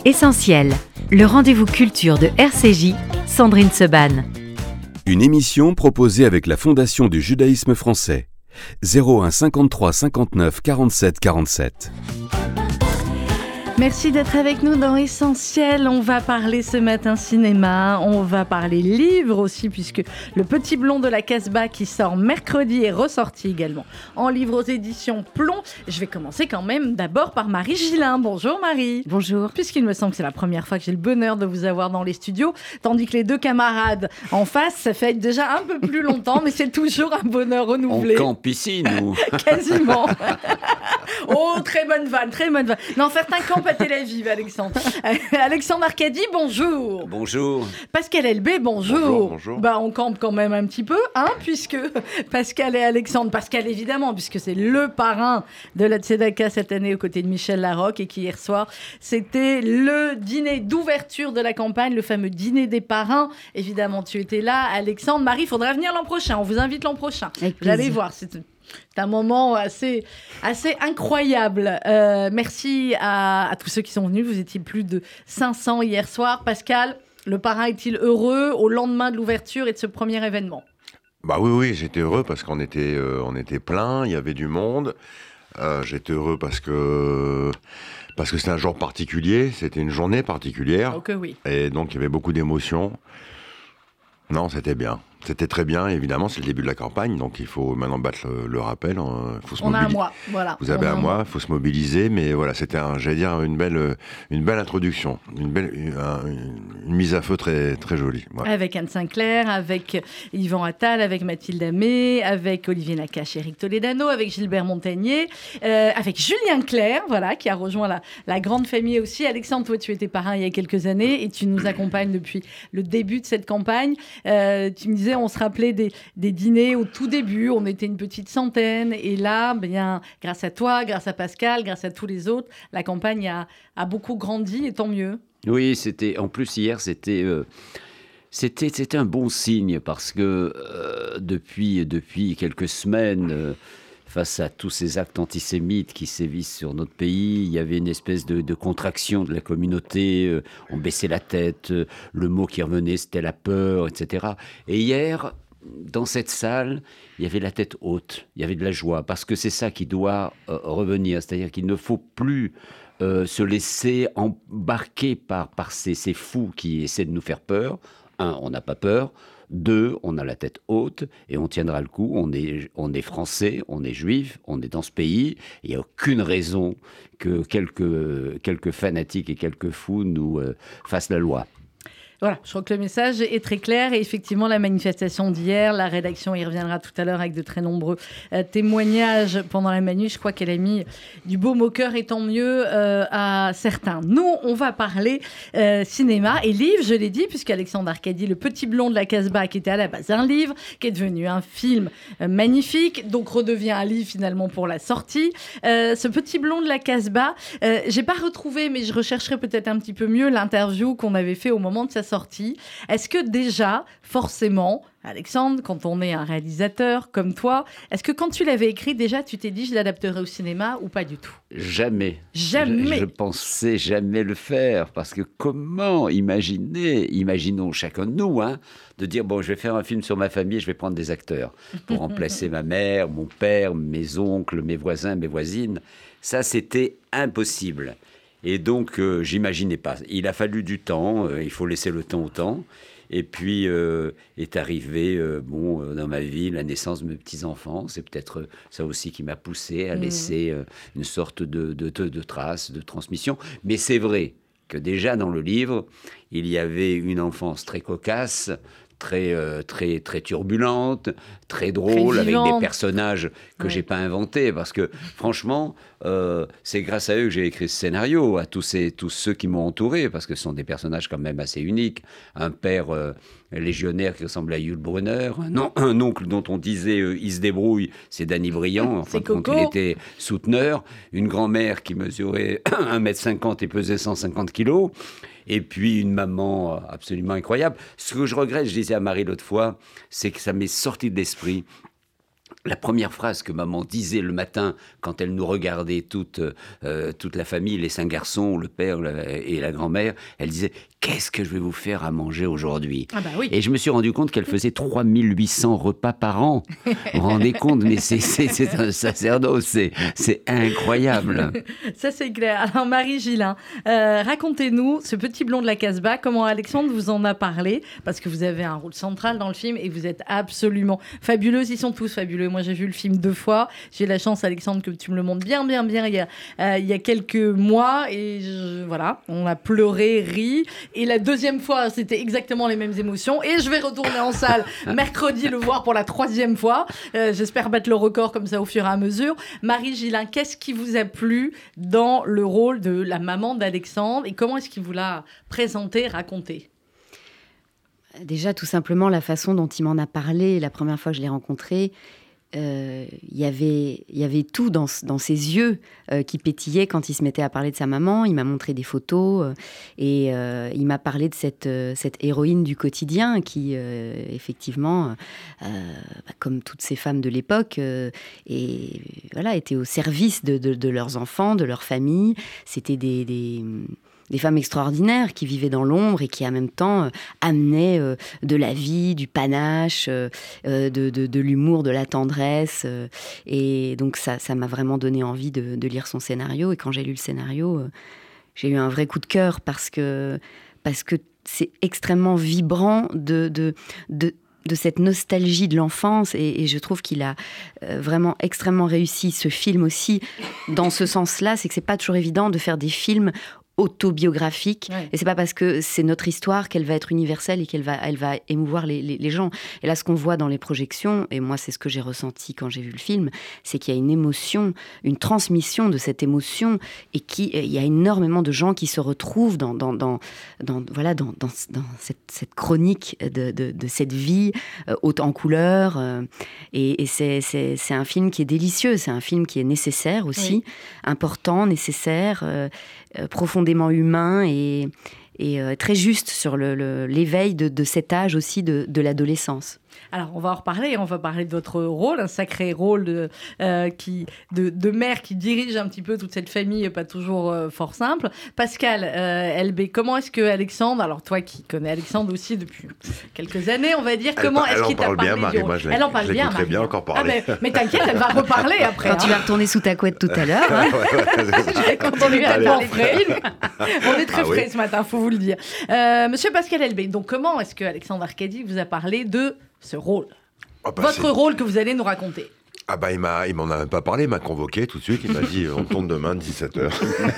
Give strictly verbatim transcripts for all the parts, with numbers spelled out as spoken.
Essentiel, le rendez-vous culture de R C J, Sandrine Seban. Une émission proposée avec la Fondation du judaïsme français. zéro un cinquante-trois cinquante-neuf quarante-sept quarante-sept. Merci d'être avec nous dans Essentiel. On va parler ce matin cinéma, on va parler livre aussi, puisque Le Petit Blond de la Casbah qui sort mercredi est ressorti également en livre aux éditions Plomb. Je vais commencer quand même d'abord par Marie Gillin. Bonjour Marie. Bonjour. Puisqu'il me semble que c'est la première fois que j'ai le bonheur de vous avoir dans les studios, tandis que les deux camarades en face, ça fait déjà un peu plus longtemps, mais c'est toujours un bonheur renouvelé. On campe ici, nous. Quasiment. Oh, très bonne vanne, très bonne vanne. Non, certains campent à Tel Aviv, Alexandre. Alexandre Arcadi, bonjour. Bonjour. Pascal Elbé, bonjour. Bonjour, bonjour. Bah, on campe quand même un petit peu, hein, puisque Pascal et Alexandre, Pascal évidemment, puisque c'est le parrain de la Tzedaka cette année aux côtés de Michel Larocque, et qui hier soir, c'était le dîner d'ouverture de la campagne, le fameux dîner des parrains. Évidemment, tu étais là, Alexandre. Marie, il faudra venir l'an prochain. On vous invite l'an prochain. Vous allez voir, c'est... C'est un moment assez, assez incroyable. Euh, merci à, à tous ceux qui sont venus. Vous étiez plus de cinq cents hier soir. Pascal, le parrain est-il heureux au lendemain de l'ouverture et de ce premier événement ? Bah oui, oui, j'étais heureux parce qu'on était, euh, on était plein, il y avait du monde. Euh, j'étais heureux parce que parce que c'était un jour particulier, c'était une journée particulière. Ok, oui. Et donc il y avait beaucoup d'émotions. Non, c'était bien. C'était très bien, évidemment, c'est le début de la campagne, donc il faut maintenant battre le, le rappel. Hein, faut se On mobili- a un mois, voilà. Vous avez On a un un mois, mois. il faut se mobiliser, mais voilà, c'était, un, j'allais dire, une belle, une belle introduction, une belle, une, une, une mise à feu très, très jolie. Voilà. Avec Anne Sinclair, avec Yvan Attal, avec Mathilde Amé, avec Olivier Nakache, Éric Toledano, avec Gilbert Montagnier, euh, avec Julien Clerc, voilà, qui a rejoint la, la grande famille aussi. Alexandre, toi, tu étais parrain il y a quelques années et tu nous accompagnes depuis le début de cette campagne. Euh, tu me disais, on se rappelait des, des dîners au tout début, on était une petite centaine, et là, bien, grâce à toi, grâce à Pascal, grâce à tous les autres, la campagne a, a beaucoup grandi, et tant mieux. Oui, c'était. En plus, hier, c'était. Euh, c'était, c'était un bon signe parce que euh, depuis, depuis quelques semaines, euh, face à tous ces actes antisémites qui sévissent sur notre pays, il y avait une espèce de, de contraction de la communauté. Euh, on baissait la tête, euh, le mot qui revenait, c'était la peur, et cetera. Et hier, dans cette salle, il y avait la tête haute, il y avait de la joie, parce que c'est ça qui doit euh, revenir, c'est-à-dire qu'il ne faut plus euh, se laisser embarquer par, par ces, ces fous qui essaient de nous faire peur. Un, on n'a pas peur. Deux, on a la tête haute et on tiendra le coup. On est, on est français, on est juif, on est dans ce pays. Il n'y a aucune raison que quelques, quelques fanatiques et quelques fous nous euh, fassent la loi. Voilà, je crois que le message est très clair, et effectivement la manifestation d'hier, la rédaction y reviendra tout à l'heure avec de très nombreux euh, témoignages pendant la manu. Je crois qu'elle a mis du baume au cœur, et tant mieux euh, à certains. Nous, on va parler euh, cinéma et livre, je l'ai dit, puisqu'Alexandre Arcadi, Le Petit Blond de la Casbah, qui était à la base un livre, qui est devenu un film euh, magnifique, donc redevient un livre finalement pour la sortie. Euh, ce Petit Blond de la Casbah, euh, j'ai pas retrouvé, mais je rechercherai peut-être un petit peu mieux l'interview qu'on avait fait au moment de sa sortie. Est-ce que déjà, forcément, Alexandre, quand on est un réalisateur comme toi, est-ce que quand tu l'avais écrit, déjà, tu t'es dit je l'adapterai au cinéma ou pas du tout ? Jamais. Jamais. Je, je pensais jamais le faire, parce que comment imaginer, imaginons chacun de nous, hein, de dire bon, je vais faire un film sur ma famille, je vais prendre des acteurs pour remplacer ma mère, mon père, mes oncles, mes voisins, mes voisines. Ça, c'était impossible. Et donc, euh, j'imaginais pas. Il a fallu du temps, euh, il faut laisser le temps au temps. Et puis, euh, est arrivé euh, bon, euh, dans ma vie la naissance de mes petits-enfants. C'est peut-être euh, ça aussi qui m'a poussé à laisser euh, une sorte de, de, de, de trace, de transmission. Mais c'est vrai que déjà dans le livre, il y avait une enfance très cocasse, très, euh, très, très turbulente, très drôle, Très avec vivante. des personnages que Ouais. j'ai pas inventés, parce que franchement, euh, c'est grâce à eux que j'ai écrit ce scénario, à tous, ces, tous ceux qui m'ont entouré, parce que ce sont des personnages quand même assez uniques. Un père euh, légionnaire qui ressemble à Yul Brynner, un, on- un oncle dont on disait euh, il se débrouille, c'est Danny Briand, en fin de compte Coco. il était souteneur, une grand-mère qui mesurait un mètre cinquante et pesait cent cinquante kilos, et puis une maman absolument incroyable. Ce que je regrette, je disais à Marie l'autre fois, c'est que ça m'est sorti de l'esprit la première phrase que maman disait le matin quand elle nous regardait toute, euh, toute la famille, les cinq garçons, le père la, et la grand-mère, elle disait « Qu'est-ce que je vais vous faire à manger aujourd'hui ?» Ah bah oui. Et je me suis rendu compte qu'elle faisait trois mille huit cents repas par an. Vous vous rendez compte? Mais c'est, c'est, c'est un sacerdoce, c'est, c'est incroyable. Ça, c'est clair. Alors, Marie Gillin, euh, racontez-nous ce petit blond de la Casbah, comment Alexandre vous en a parlé, parce que vous avez un rôle central dans le film et vous êtes absolument fabuleuse. Ils sont tous fabuleux. Moi, j'ai vu le film deux fois. J'ai eu la chance, Alexandre, que tu me le montres bien, bien, bien il y a, euh, il y a quelques mois. Et je, voilà, on a pleuré, ri. Et la deuxième fois, c'était exactement les mêmes émotions. Et je vais retourner en salle mercredi le voir pour la troisième fois. Euh, j'espère battre le record comme ça au fur et à mesure. Marie Gillin, qu'est-ce qui vous a plu dans le rôle de la maman d'Alexandre et comment est-ce qu'il vous l'a présenté, raconté? Déjà, tout simplement, la façon dont il m'en a parlé la première fois que je l'ai rencontré. Euh, y avait, y avait tout dans, dans ses yeux euh, qui pétillaient quand il se mettait à parler de sa maman. Il m'a montré des photos euh, et euh, il m'a parlé de cette, euh, cette héroïne du quotidien qui, euh, effectivement, euh, bah, comme toutes ces femmes de l'époque, euh, et, voilà, était au service de, de, de leurs enfants, de leur famille. C'était des... des Des femmes extraordinaires qui vivaient dans l'ombre et qui, en même temps, euh, amenaient euh, de la vie, du panache, euh, de, de, de l'humour, de la tendresse. Euh, et donc, ça, ça m'a vraiment donné envie de, de lire son scénario. Et quand j'ai lu le scénario, euh, j'ai eu un vrai coup de cœur parce que, parce que c'est extrêmement vibrant de... de, de de cette nostalgie de l'enfance et, et je trouve qu'il a euh, vraiment extrêmement réussi ce film aussi dans ce sens-là, c'est que c'est pas toujours évident de faire des films autobiographique, ouais. Et c'est pas parce que c'est notre histoire qu'elle va être universelle et qu'elle va, elle va émouvoir les, les, les gens. Et là, ce qu'on voit dans les projections, et moi c'est ce que j'ai ressenti quand j'ai vu le film, c'est qu'il y a une émotion, une transmission de cette émotion, et qu'il y a énormément de gens qui se retrouvent dans, dans, dans, dans, voilà, dans, dans, dans cette, cette chronique de, de, de cette vie euh, haute en couleurs. Euh, et et c'est, c'est, c'est un film qui est délicieux, c'est un film qui est nécessaire aussi, oui. important, nécessaire, euh, euh, profondément humain et, et euh, très juste sur le, le, l'éveil de, de cet âge aussi de, de l'adolescence. Alors, on va en reparler, on va parler de votre rôle, un sacré rôle de, euh, qui, de, de mère qui dirige un petit peu toute cette famille, pas toujours euh, fort simple. Pascal, euh, L B, comment est-ce que Alexandre, alors toi qui connais Alexandre aussi depuis quelques années, on va dire, elle comment pa- est-ce qu'il t'a parlé bien, Marie, moi, je Elle en parle bien, Marie. bien encore parler. Ah, mais, mais t'inquiète, elle va reparler après. Quand hein. tu vas retourner sous ta couette tout à l'heure. Hein. Quand on est à frais. On est très ah, frais oui. ce matin, faut vous le dire. Euh, Monsieur Pascal L B, donc comment est-ce que Alexandre Arcadi vous a parlé de ce rôle, ah bah, votre c'est... rôle que vous allez nous raconter? Ah bah il, m'a, il m'en a même pas parlé, il m'a convoqué tout de suite, il m'a dit on tourne demain dix-sept heures.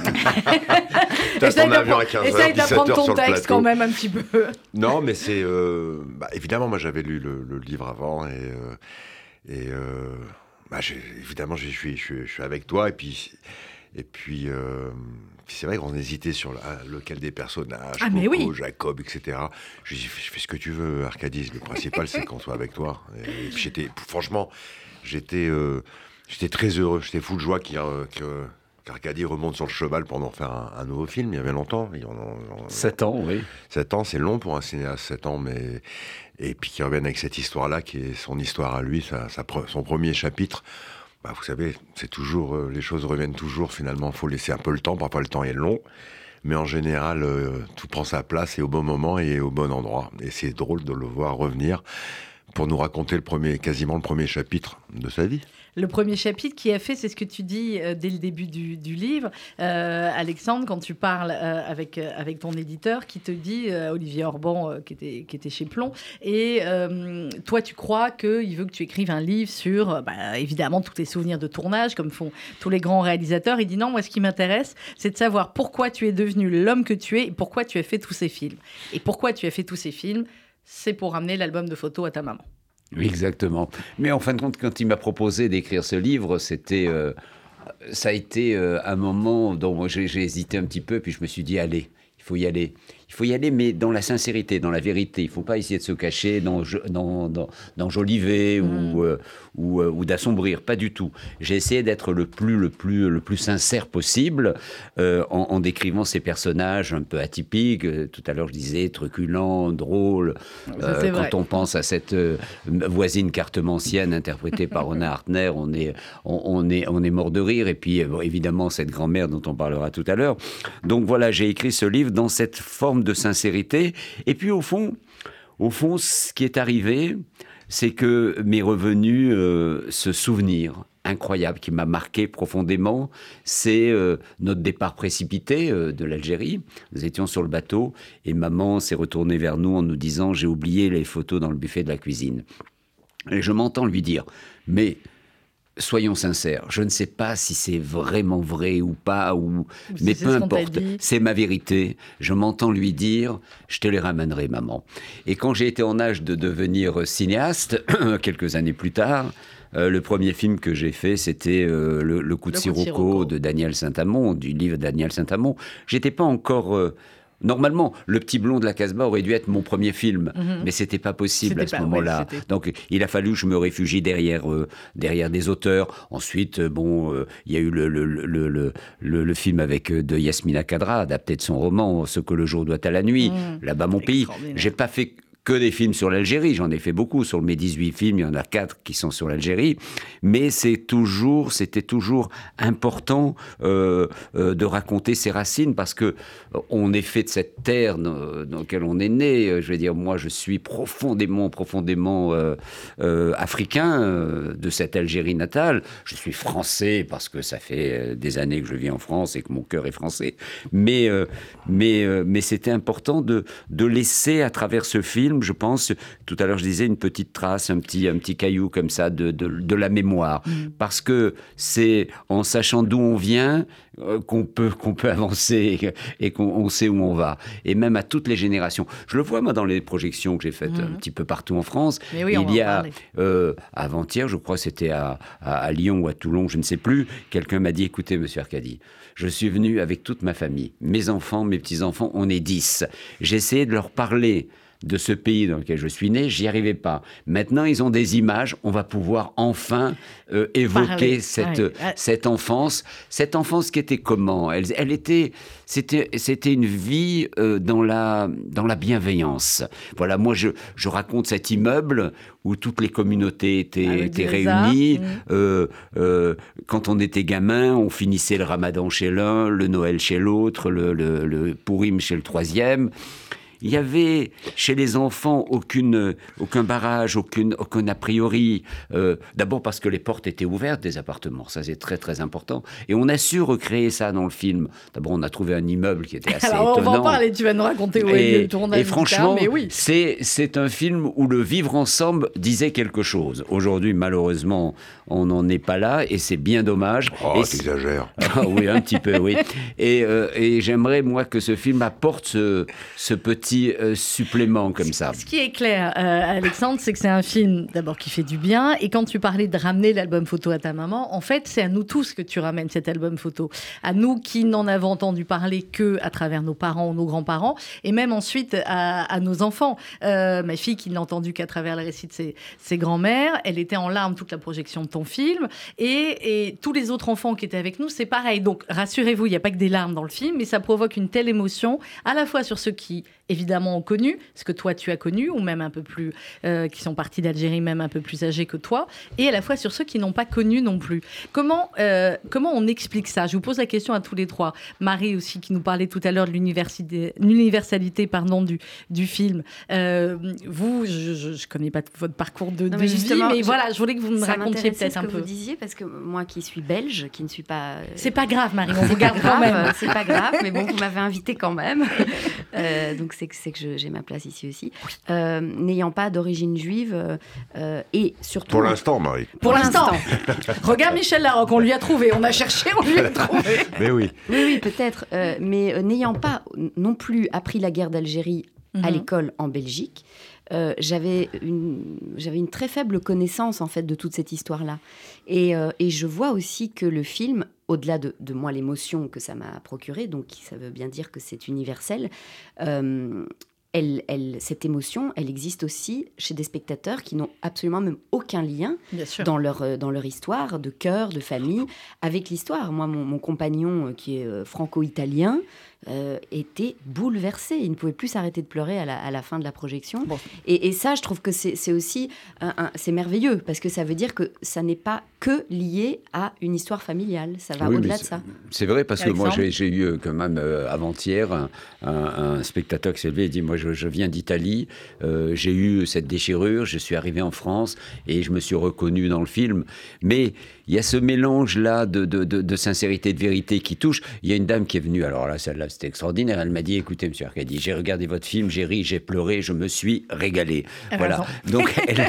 T'as ton avion à quinze heures, essaye d'apprendre ton sur le texte plateau. quand même un petit peu. Non mais c'est... Euh, bah, évidemment moi j'avais lu le, le livre avant et... Euh, et euh, bah, j'ai, évidemment je suis, je, suis, je suis avec toi et puis... Et puis, euh, c'est vrai qu'on hésitait sur la, lequel des personnages, ah, mais Coco, oui. Jacob, et cetera. Je dis, je fais ce que tu veux, Arcadis. Le principal, c'est qu'on soit avec toi. Et, et puis j'étais, franchement, j'étais, euh, j'étais très heureux. J'étais fou de joie qu'il, euh, que, qu'Arcadis remonte sur le cheval pour en faire un, un nouveau film. Il y avait longtemps. Il y en, en, Sept ans, oui. Sept ans, c'est long pour un cinéaste, sept ans, mais... Et puis qu'il revienne avec cette histoire-là, qui est son histoire à lui, sa, sa, son premier chapitre. Bah, vous savez, c'est toujours, euh, les choses reviennent toujours, finalement, il faut laisser un peu le temps, parfois le temps est long, mais en général, euh, tout prend sa place et au bon moment et au bon endroit. Et c'est drôle de le voir revenir pour nous raconter le premier, quasiment le premier chapitre de sa vie. Le premier chapitre qui a fait, c'est ce que tu dis euh, dès le début du, du livre, euh, Alexandre, quand tu parles euh, avec, euh, avec ton éditeur, qui te dit, euh, Olivier Orban, euh, qui, était, qui était chez Plomb, et euh, toi, tu crois qu'il veut que tu écrives un livre sur, euh, bah, évidemment, tous tes souvenirs de tournage, comme font tous les grands réalisateurs. Il dit non, moi, ce qui m'intéresse, c'est de savoir pourquoi tu es devenu l'homme que tu es et pourquoi tu as fait tous ces films. Et pourquoi tu as fait tous ces films, c'est pour ramener l'album de photos à ta maman. Oui, exactement. Mais en fin de compte, quand il m'a proposé d'écrire ce livre, c'était, euh, ça a été euh, un moment dont moi, j'ai, j'ai hésité un petit peu, puis je me suis dit, allez, il faut y aller. il faut y aller, mais dans la sincérité, dans la vérité. Il ne faut pas essayer de se cacher, dans, dans, dans, d'enjoliver mmh. ou, euh, ou, euh, ou d'assombrir, pas du tout. J'ai essayé d'être le plus, le plus, le plus sincère possible euh, en, en décrivant ces personnages un peu atypiques. Tout à l'heure, je disais truculents, drôles. Euh, quand vrai. on pense à cette euh, voisine cartomancienne interprétée par Rona Hartner, on est, on, on, est, on est mort de rire. Et puis, euh, évidemment, cette grand-mère dont on parlera tout à l'heure. Donc voilà, j'ai écrit ce livre dans cette forme de sincérité. Et puis, au fond, au fond ce qui est arrivé, c'est que m'est revenu euh, ce souvenir incroyable qui m'a marqué profondément, c'est euh, notre départ précipité euh, de l'Algérie. Nous étions sur le bateau et maman s'est retournée vers nous en nous disant « J'ai oublié les photos dans le buffet de la cuisine ». Et je m'entends lui dire « Mais soyons sincères, je ne sais pas si c'est vraiment vrai ou pas, ou... Si mais c'est peu ce qu'on t'a importe, dit. c'est ma vérité. Je m'entends lui dire « Je te les ramènerai, maman ». Et quand j'ai été en âge de devenir cinéaste, quelques années plus tard, Euh, le premier film que j'ai fait, c'était euh, le, le coup de Le coup de Sirocco Sirocco. de Daniel Saint-Amand, du livre de Daniel Saint-Amand. J'étais pas encore... euh, Normalement, Le Petit Blond de la Casbah aurait dû être mon premier film, Mhm. mais c'était pas possible C'était à ce pas- moment-là. ouais, c'était- Donc, il a fallu que je me réfugie derrière, euh, derrière des auteurs. Ensuite, euh, bon, euh, il y a eu le, le, le, le, le, le film avec euh, de Yasmina Khadra, adapté de son roman Ce que le jour doit à la nuit. Mhm. Là-bas, mon pays. Extraordinaire. J'ai pas fait que des films sur l'Algérie, j'en ai fait beaucoup. Sur mes dix-huit films, il y en a quatre qui sont sur l'Algérie. Mais c'est toujours, c'était toujours important euh, euh, de raconter ses racines parce que euh, on est fait de cette terre dans, dans laquelle on est né. Euh, Je veux dire, moi, je suis profondément, profondément euh, euh, africain euh, de cette Algérie natale. Je suis français parce que ça fait euh, des années que je vis en France et que mon cœur est français. Mais, euh, mais, euh, mais c'était important de, de laisser à travers ce film, je pense, tout à l'heure je disais, une petite trace, un petit, un petit caillou comme ça de, de, de la mémoire. Mmh. Parce que c'est en sachant d'où on vient euh, qu'on peut, qu'on peut avancer et, et qu'on on sait où on va. Et même à toutes les générations. Je le vois, moi, dans les projections que j'ai faites mmh. un petit peu partout en France. Mais oui, on il y va en a, euh, avant-hier, je crois que c'était à, à, à Lyon ou à Toulon, je ne sais plus, quelqu'un m'a dit, écoutez, monsieur Arcadi, je suis venu avec toute ma famille, mes enfants, mes petits-enfants, on est dix. J'ai essayé de leur parler de ce pays dans lequel je suis né, j'y arrivais pas. Maintenant, ils ont des images, on va pouvoir enfin euh, évoquer Parler. cette, Ouais. cette enfance. Cette enfance qui était comment ? Elle, elle était, c'était, c'était une vie euh, dans, la, dans la bienveillance. Voilà, moi, je, je raconte cet immeuble où toutes les communautés étaient, Avec étaient des arts. réunies. Mmh. Euh, euh, quand on était gamin, on finissait le ramadan chez l'un, le Noël chez l'autre, le, le, le Pourim chez le troisième. Il y avait chez les enfants aucune, aucun barrage, aucune, aucun a priori. Euh, d'abord parce que les portes étaient ouvertes des appartements, ça c'est très très important. Et on a su recréer ça dans le film. D'abord on a trouvé un immeuble qui était assez Alors, étonnant. on va en parler, tu vas nous raconter où est Et, le tournage. et franchement, mais oui. c'est, c'est un film où le vivre ensemble disait quelque chose. Aujourd'hui, malheureusement, on n'en est pas là et c'est bien dommage. Oh, et t'exagères. Ah oui, un petit peu, oui. Et, euh, et j'aimerais, moi, que ce film apporte ce, ce petit euh, supplément comme ça. Ce qui est clair, euh, Alexandre, c'est que c'est un film d'abord qui fait du bien. Et quand tu parlais de ramener l'album photo à ta maman, en fait, c'est à nous tous que tu ramènes cet album photo. À nous qui n'en avons entendu parler que à travers nos parents ou nos grands-parents, et même ensuite à, à nos enfants. Euh, ma fille qui n'a entendu qu'à travers le récit de ses, ses grands-mères, elle était en larmes toute la projection de ton film. Et, et tous les autres enfants qui étaient avec nous, c'est pareil. Donc rassurez-vous, il n'y a pas que des larmes dans le film, mais ça provoque une telle émotion, à la fois sur ceux qui évidemment ont connu, ce que toi tu as connu, ou même un peu plus, euh, qui sont partis d'Algérie, même un peu plus âgés que toi, et à la fois sur ceux qui n'ont pas connu non plus. Comment, euh, comment on explique ça ? Je vous pose la question à tous les trois. Marie aussi, qui nous parlait tout à l'heure de l'universalité pardon, du, du film. Euh, vous, je ne connais pas votre parcours de, non, de mais vie, mais je, voilà, je voulais que vous me racontiez peut-être un ce que peu. vous disiez, parce que moi qui suis belge, qui ne suis pas... C'est pas grave, Marie, on regarde quand même. C'est pas grave, mais bon, vous m'avez invitée quand même. Euh, donc c'est, c'est que je, j'ai ma place ici aussi. Euh, n'ayant pas d'origine juive euh, et surtout... Pour l'instant, Marie. Pour l'instant. Regarde Michel Larocque, on lui a trouvé. On a cherché, on lui a trouvé. Mais oui. Oui, oui, peut-être. Euh, mais euh, n'ayant pas non plus appris la guerre d'Algérie à Mhm. l'école en Belgique, euh, j'avais, une, j'avais une très faible connaissance en fait de toute cette histoire-là. Et, euh, et je vois aussi que le film au-delà de, de moi l'émotion que ça m'a procurée, donc ça veut bien dire que c'est universel, euh, elle, elle, cette émotion, elle existe aussi chez des spectateurs qui n'ont absolument même aucun lien dans leur, dans leur histoire de cœur, de famille, avec l'histoire. Moi, mon, mon compagnon, qui est euh, franco-italien, Euh, était bouleversé. Il ne pouvait plus s'arrêter de pleurer à la, à la fin de la projection. Bon. Et, et ça, je trouve que c'est, c'est aussi un, un, c'est merveilleux, parce que ça veut dire que ça n'est pas que lié à une histoire familiale. Ça va oui, au-delà de ça. C'est vrai, parce Alexandre. que moi, j'ai, j'ai eu quand même euh, avant-hier un, un, un spectateur qui s'est levé et dit, moi, je, je viens d'Italie, euh, j'ai eu cette déchirure, je suis arrivé en France et je me suis reconnu dans le film. Mais il y a ce mélange-là de, de, de, de sincérité et de vérité qui touche. Il y a une dame qui est venue, alors là, celle-là, c'était extraordinaire. Elle m'a dit, écoutez, monsieur Arcadi, j'ai regardé votre film, j'ai ri, j'ai pleuré, je me suis régalé. Elle voilà. Donc, elle,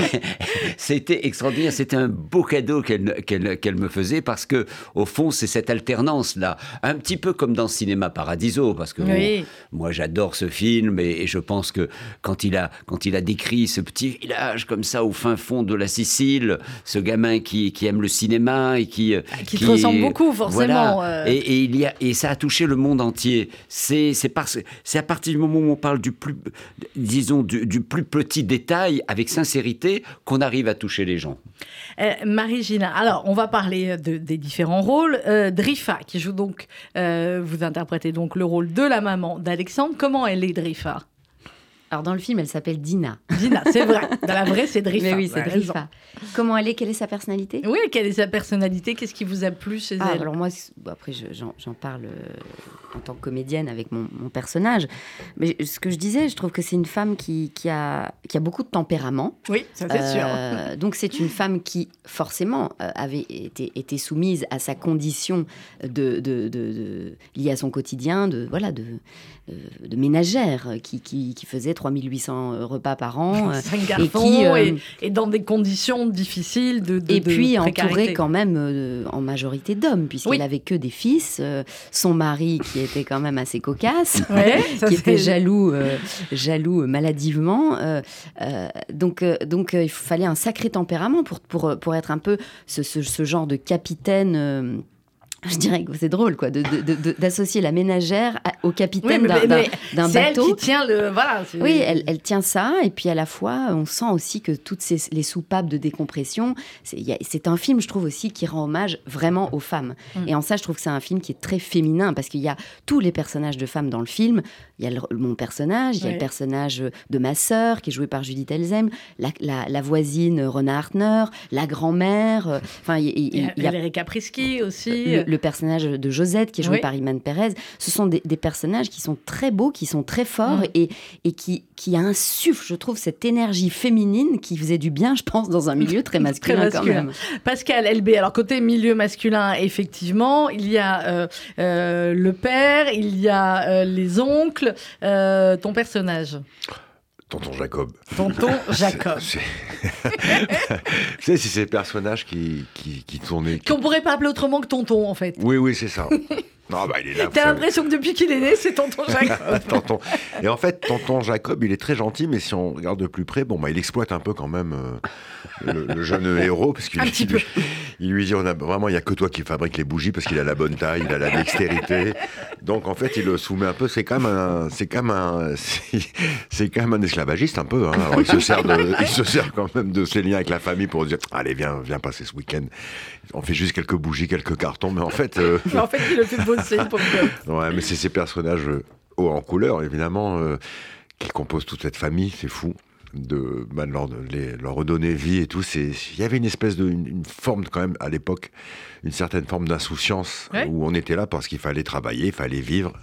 c'était extraordinaire. C'était un beau cadeau qu'elle, qu'elle, qu'elle me faisait, parce que, au fond, c'est cette alternance-là. Un petit peu comme dans Cinéma Paradiso, parce que oui. bon, moi, j'adore ce film et, et je pense que quand il a, quand il a décrit ce petit village comme ça, au fin fond de la Sicile, ce gamin qui, qui aime le cinéma et qui... Qui, qui te ressemble beaucoup, forcément. Voilà. Euh... Et, et, il y a, et ça a touché le monde entier. C'est, c'est, parce, c'est à partir du moment où on parle du plus, disons, du, du plus petit détail, avec sincérité, qu'on arrive à toucher les gens. Euh, Marie-Gina, alors on va parler de, des différents rôles. Euh, Drifa, qui joue donc, euh, vous interprétez donc le rôle de la maman d'Alexandre. Comment elle est, Drifa ? Alors, dans le film, elle s'appelle Dina. Dina, c'est vrai. Dans la vraie, c'est Drifa. Mais oui, c'est Drifa. Comment elle est ? Quelle est sa personnalité ? Oui, quelle est sa personnalité ? Qu'est-ce qui vous a plu chez ah, elle ? Alors moi, après, je, j'en, j'en parle euh, en tant que comédienne avec mon, mon personnage. Mais ce que je disais, je trouve que c'est une femme qui, qui, a, qui a beaucoup de tempérament. Oui, ça c'est euh, sûr. Donc, c'est une femme qui, forcément, euh, avait été, été soumise à sa condition de, de, de, de, liée à son quotidien, de, voilà, de, de, de ménagère, qui, qui, qui faisait trois mille huit cents repas par an. Cinq garçons, et, qui, euh, et, et dans des conditions difficiles de, de Et puis de entourée quand même euh, en majorité d'hommes, puisqu'elle oui. n'avait que des fils. Euh, son mari, qui était quand même assez cocasse, ouais, qui était jaloux, euh, jaloux maladivement. Euh, euh, donc euh, donc euh, il fallait un sacré tempérament pour, pour, pour être un peu ce, ce, ce genre de capitaine... Euh, je dirais que c'est drôle, quoi, de, de, de, d'associer la ménagère au capitaine oui, mais, d'un, mais, d'un, d'un c'est bateau. C'est elle qui tient le... Voilà, c'est... Oui, elle, elle tient ça, et puis à la fois, on sent aussi que toutes ces, les soupapes de décompression, c'est, y a, c'est un film, je trouve aussi, qui rend hommage vraiment aux femmes. Mm. Et en ça, je trouve que c'est un film qui est très féminin, parce qu'il y a tous les personnages de femmes dans le film. Il y a le, mon personnage, il y a oui. le personnage de ma sœur, qui est jouée par Judith Elzem, la, la, la voisine Rona Hartner, la grand-mère... Enfin, il, il, il y a... Il y a Valérie Caprisky aussi... Le, le personnage de Josette, qui est joué oui. par Iman Perez. Ce sont des, des personnages qui sont très beaux, qui sont très forts mmh. et, et qui, qui insufflent, je trouve, cette énergie féminine qui faisait du bien, je pense, dans un milieu très masculin, très masculin. Quand même. Pascal Elbé, alors côté milieu masculin, effectivement, il y a euh, euh, le père, il y a euh, les oncles, euh, ton personnage. Tonton Jacob. Tonton Jacob. C'est, c'est... c'est ces personnages qui, qui, qui tournaient... Qui... Qu'on pourrait pas appeler autrement que Tonton, en fait. Oui, oui, c'est ça. Non, bah, il est là, T'as l'impression que depuis qu'il est né, c'est Tonton Jacob. Tonton. Et en fait, Tonton Jacob, il est très gentil, mais si on regarde de plus près, bon, bah, il exploite un peu quand même euh, le, le jeune héros, parce qu'il un lui, petit il, peu. il lui dit, on a, vraiment, il n'y a que toi qui fabrique les bougies, parce qu'il a la bonne taille, il a la dextérité. Donc, en fait, il le soumet un peu. C'est quand même un, c'est quand même un, c'est, c'est quand même un esclavagiste, un peu. Hein. Alors, il se sert de, il se sert quand même de ses liens avec la famille pour dire, allez, viens, viens passer ce week-end. On fait juste quelques bougies, quelques cartons, mais en fait... Euh... mais en fait, il le fait bosser pour que... Ouais, mais c'est ces personnages hauts en couleur, évidemment, euh, qui composent toute cette famille, c'est fou. De, bah, de, leur, de les, leur redonner vie et tout. C'est, il y avait une espèce de... Une, une forme, quand même, à l'époque, une certaine forme d'insouciance, ouais. où on était là parce qu'il fallait travailler, il fallait vivre.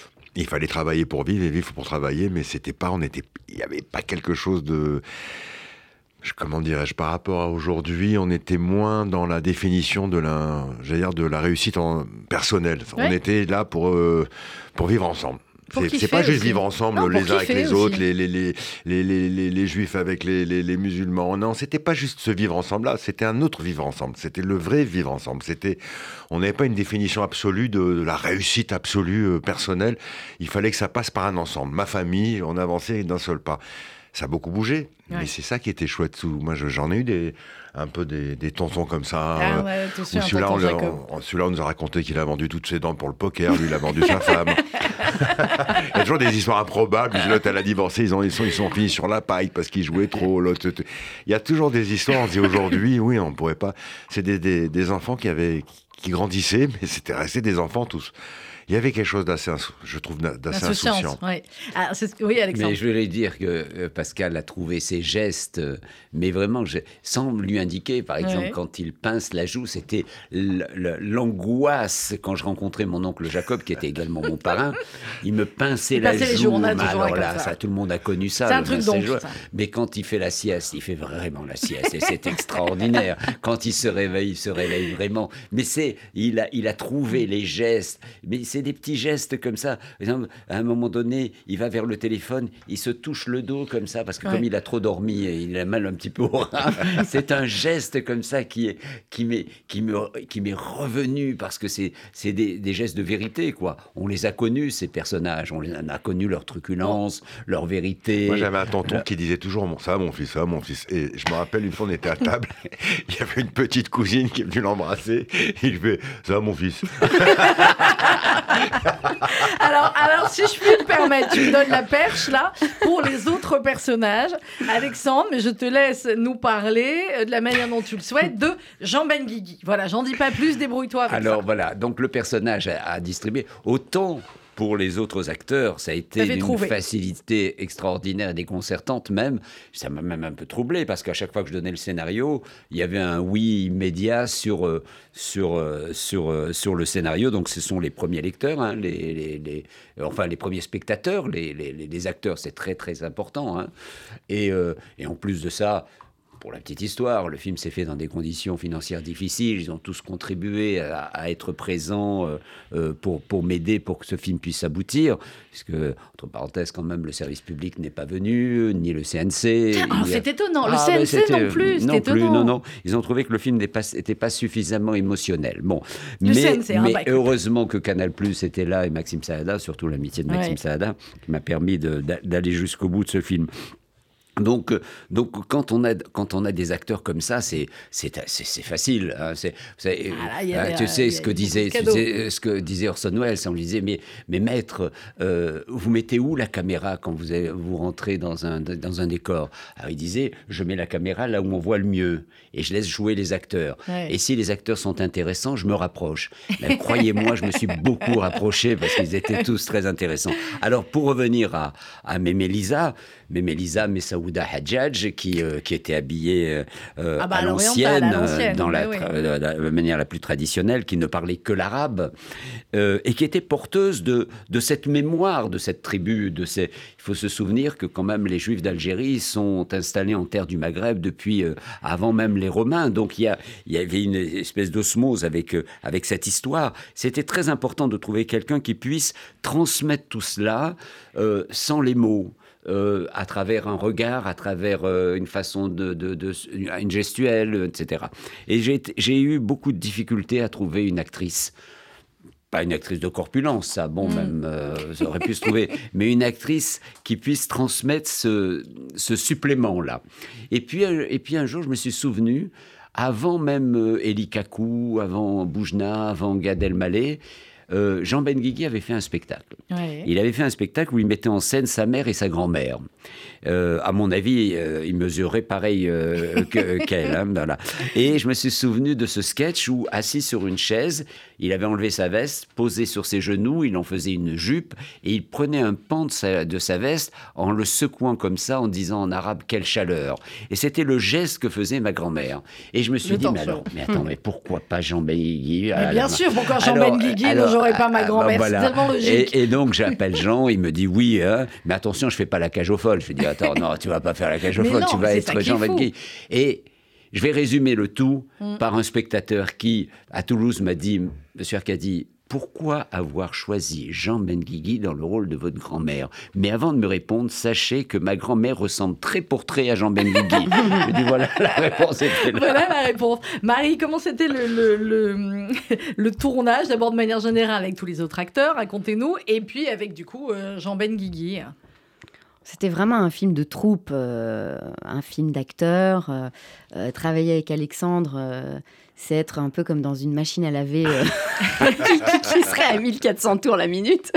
Il fallait travailler pour vivre et vivre pour travailler, mais c'était pas... On était, il n'y avait pas quelque chose de... Comment dirais-je, par rapport à aujourd'hui, on était moins dans la définition de la, j'allais dire, de la réussite en, personnelle. Ouais. On était là pour, euh, pour vivre ensemble. C'est, c'est pas juste aussi. Vivre ensemble, non, les uns avec les aussi. Autres, les, les, les, les, les, les, les juifs avec les, les, les musulmans. Non, c'était pas juste ce vivre ensemble-là, c'était un autre vivre ensemble. C'était le vrai vivre ensemble. C'était, on n'avait pas une définition absolue de, de la réussite absolue euh, personnelle. Il fallait que ça passe par un ensemble. Ma famille, on avançait d'un seul pas. Ça a beaucoup bougé. Ouais. Mais c'est ça qui était chouette. Moi, je, j'en ai eu des, un peu des, des tontons comme ça. Ah euh, ouais, tout suite, celui-là, on, on, on, celui-là, on nous a raconté qu'il a vendu toutes ses dents pour le poker. Lui, il a vendu sa femme. Il y a toujours des histoires improbables. L'autre, elle a divorcé. Ils, ont, ils, sont, ils sont finis sur la paille parce qu'ils jouaient trop. L'autre, il y a toujours des histoires. On se dit aujourd'hui, oui, on ne pourrait pas. C'est des, des, des enfants qui, avaient, qui grandissaient, mais c'était resté des enfants tous. Il y avait quelque chose d'assez, je trouve, d'assez insouciant. Ouais. Alors, c'est... Oui, Alexandre. Mais je voulais dire que Pascal a trouvé ses gestes, mais vraiment, je... sans lui indiquer, par exemple, ouais. quand il pince la joue, c'était l- l- l'angoisse. Quand je rencontrais mon oncle Jacob, qui était également mon parrain, il me pinçait il la joue. Les jours, alors là, ça. ça, tout le monde a connu ça. C'est un truc donc, mais quand il fait la sieste, il fait vraiment la sieste, et c'est extraordinaire. Quand il se réveille, il se réveille vraiment. Mais c'est, il a, il a trouvé les gestes. Mais c'est des petits gestes comme ça. Par exemple, à un moment donné, il va vers le téléphone, il se touche le dos comme ça, parce que ouais. comme il a trop dormi, il a mal un petit peu au rein. C'est un geste comme ça qui, est, qui, m'est, qui, me, qui m'est revenu, parce que c'est, c'est des, des gestes de vérité, quoi. On les a connus, ces personnages. On les a connus, leur truculence, leur vérité. Moi, j'avais un tonton le... qui disait toujours « ça va, mon fils, ça va, mon fils ». Et je me rappelle, une fois, on était à table, il y avait une petite cousine qui est venue l'embrasser, et je fais « ça va, mon fils ». alors, alors, si je puis me permettre, tu me donnes la perche, là, pour les autres personnages. Alexandre, mais je te laisse nous parler de la manière dont tu le souhaites, de Jean Benguigui. Voilà, j'en dis pas plus, débrouille-toi avec alors, ça. voilà, donc le personnage a, a distribué autant... Pour les autres acteurs, ça a été une trouvé. facilité extraordinaire et déconcertante même. Ça m'a même un peu troublé parce qu'à chaque fois que je donnais le scénario, il y avait un oui immédiat sur, sur, sur, sur le scénario. Donc ce sont les premiers lecteurs, hein, les, les, les, enfin les premiers spectateurs, les, les, les acteurs, c'est très très important. Hein. Et, euh, et en plus de ça... Pour la petite histoire, le film s'est fait dans des conditions financières difficiles. Ils ont tous contribué à, à être présents euh, pour, pour m'aider pour que ce film puisse aboutir. Puisque, entre parenthèses, quand même, le service public n'est pas venu, ni le C N C. Ah, il... c'est étonnant. Le ah, C N C non plus. Non c'est plus, étonnant. non, non. Ils ont trouvé que le film n'était pas, pas suffisamment émotionnel. Bon, le mais, C N C, mais hein, bah, heureusement que Canal+ était là et Maxime Saada, surtout l'amitié de Maxime ouais. Saada, qui m'a permis de, d'aller jusqu'au bout de ce film. Donc, donc quand, on a, quand on a des acteurs comme ça, c'est, c'est, c'est, c'est facile. Hein, c'est, c'est, ah là, a, tu a, sais, ce que, disait, tu sais ce que disait Orson Welles. On lui disait, mais, mais maître, euh, vous mettez où la caméra quand vous, avez, vous rentrez dans un, dans un décor ? Alors il disait, je mets la caméra là où on voit le mieux et je laisse jouer les acteurs. Ouais. Et si les acteurs sont intéressants, je me rapproche. Mais croyez-moi, je me suis beaucoup rapproché parce qu'ils étaient tous très intéressants. Alors pour revenir à, à Mémé Lisa, Mémé Lisa Messaouda Hadjadj, qui, euh, qui était habillée euh, ah bah, à, l'ancienne, à l'ancienne, dans la, oui. tra- la, la manière la plus traditionnelle, qui ne parlait que l'arabe, euh, et qui était porteuse de, de cette mémoire de cette tribu. De ces... Il faut se souvenir que quand même les Juifs d'Algérie sont installés en terre du Maghreb depuis euh, avant même les Romains. Donc il y, a, il y avait une espèce d'osmose avec, euh, avec cette histoire. C'était très important de trouver quelqu'un qui puisse transmettre tout cela euh, sans les mots. Euh, à travers un regard, à travers euh, une façon de, de, de, de une gestuelle, et cetera. Et j'ai, j'ai eu beaucoup de difficultés à trouver une actrice. Pas une actrice de corpulence, ça, bon, mmh. même, euh, ça aurait pu se trouver, mais une actrice qui puisse transmettre ce, ce supplément-là. Et puis, et puis un jour, je me suis souvenu, avant même euh, Elie Kakou, avant Boujna, avant Gad Elmaleh, Euh, Jean Benguigui avait fait un spectacle. Ouais. Il avait fait un spectacle où il mettait en scène sa mère et sa grand-mère. Euh, à mon avis, euh, il mesurait pareil euh, que, qu'elle. Hein, voilà. Et je me suis souvenu de ce sketch où, assis sur une chaise, il avait enlevé sa veste, posé sur ses genoux, il en faisait une jupe, et il prenait un pan de sa, de sa veste en le secouant comme ça, en disant en arabe « quelle chaleur ». Et c'était le geste que faisait ma grand-mère. Et je me suis le dit, mais, alors, mais attends, mais pourquoi pas Jean Benguigui ? Mais bien sûr, pourquoi Jean Benguigui ne jouerait pas ma grand-mère ? Voilà. C'est tellement logique. Et, et donc, j'appelle Jean, il me dit oui, hein, mais attention, je ne fais pas la cage aux folles. Je lui dis, attends, non, tu ne vas pas faire la cage aux folles, tu vas être Jean Benguigui. Et je vais résumer le tout mm. par un spectateur qui, à Toulouse, m'a dit, monsieur Arcadi, pourquoi avoir choisi Jean Benguigui dans le rôle de votre grand-mère ? Mais avant de me répondre, sachez que ma grand-mère ressemble trait pour trait à Jean Benguigui. Je dis voilà, la réponse était là. Voilà la réponse. Marie, comment c'était le, le, le, le tournage, d'abord de manière générale avec tous les autres acteurs, racontez-nous, et puis avec du coup euh, Jean Benguigui. C'était vraiment un film de troupe, euh, un film d'acteurs. Euh, euh, travailler avec Alexandre, euh, c'est être un peu comme dans une machine à laver euh, qui, qui serait à mille quatre cents tours la minute.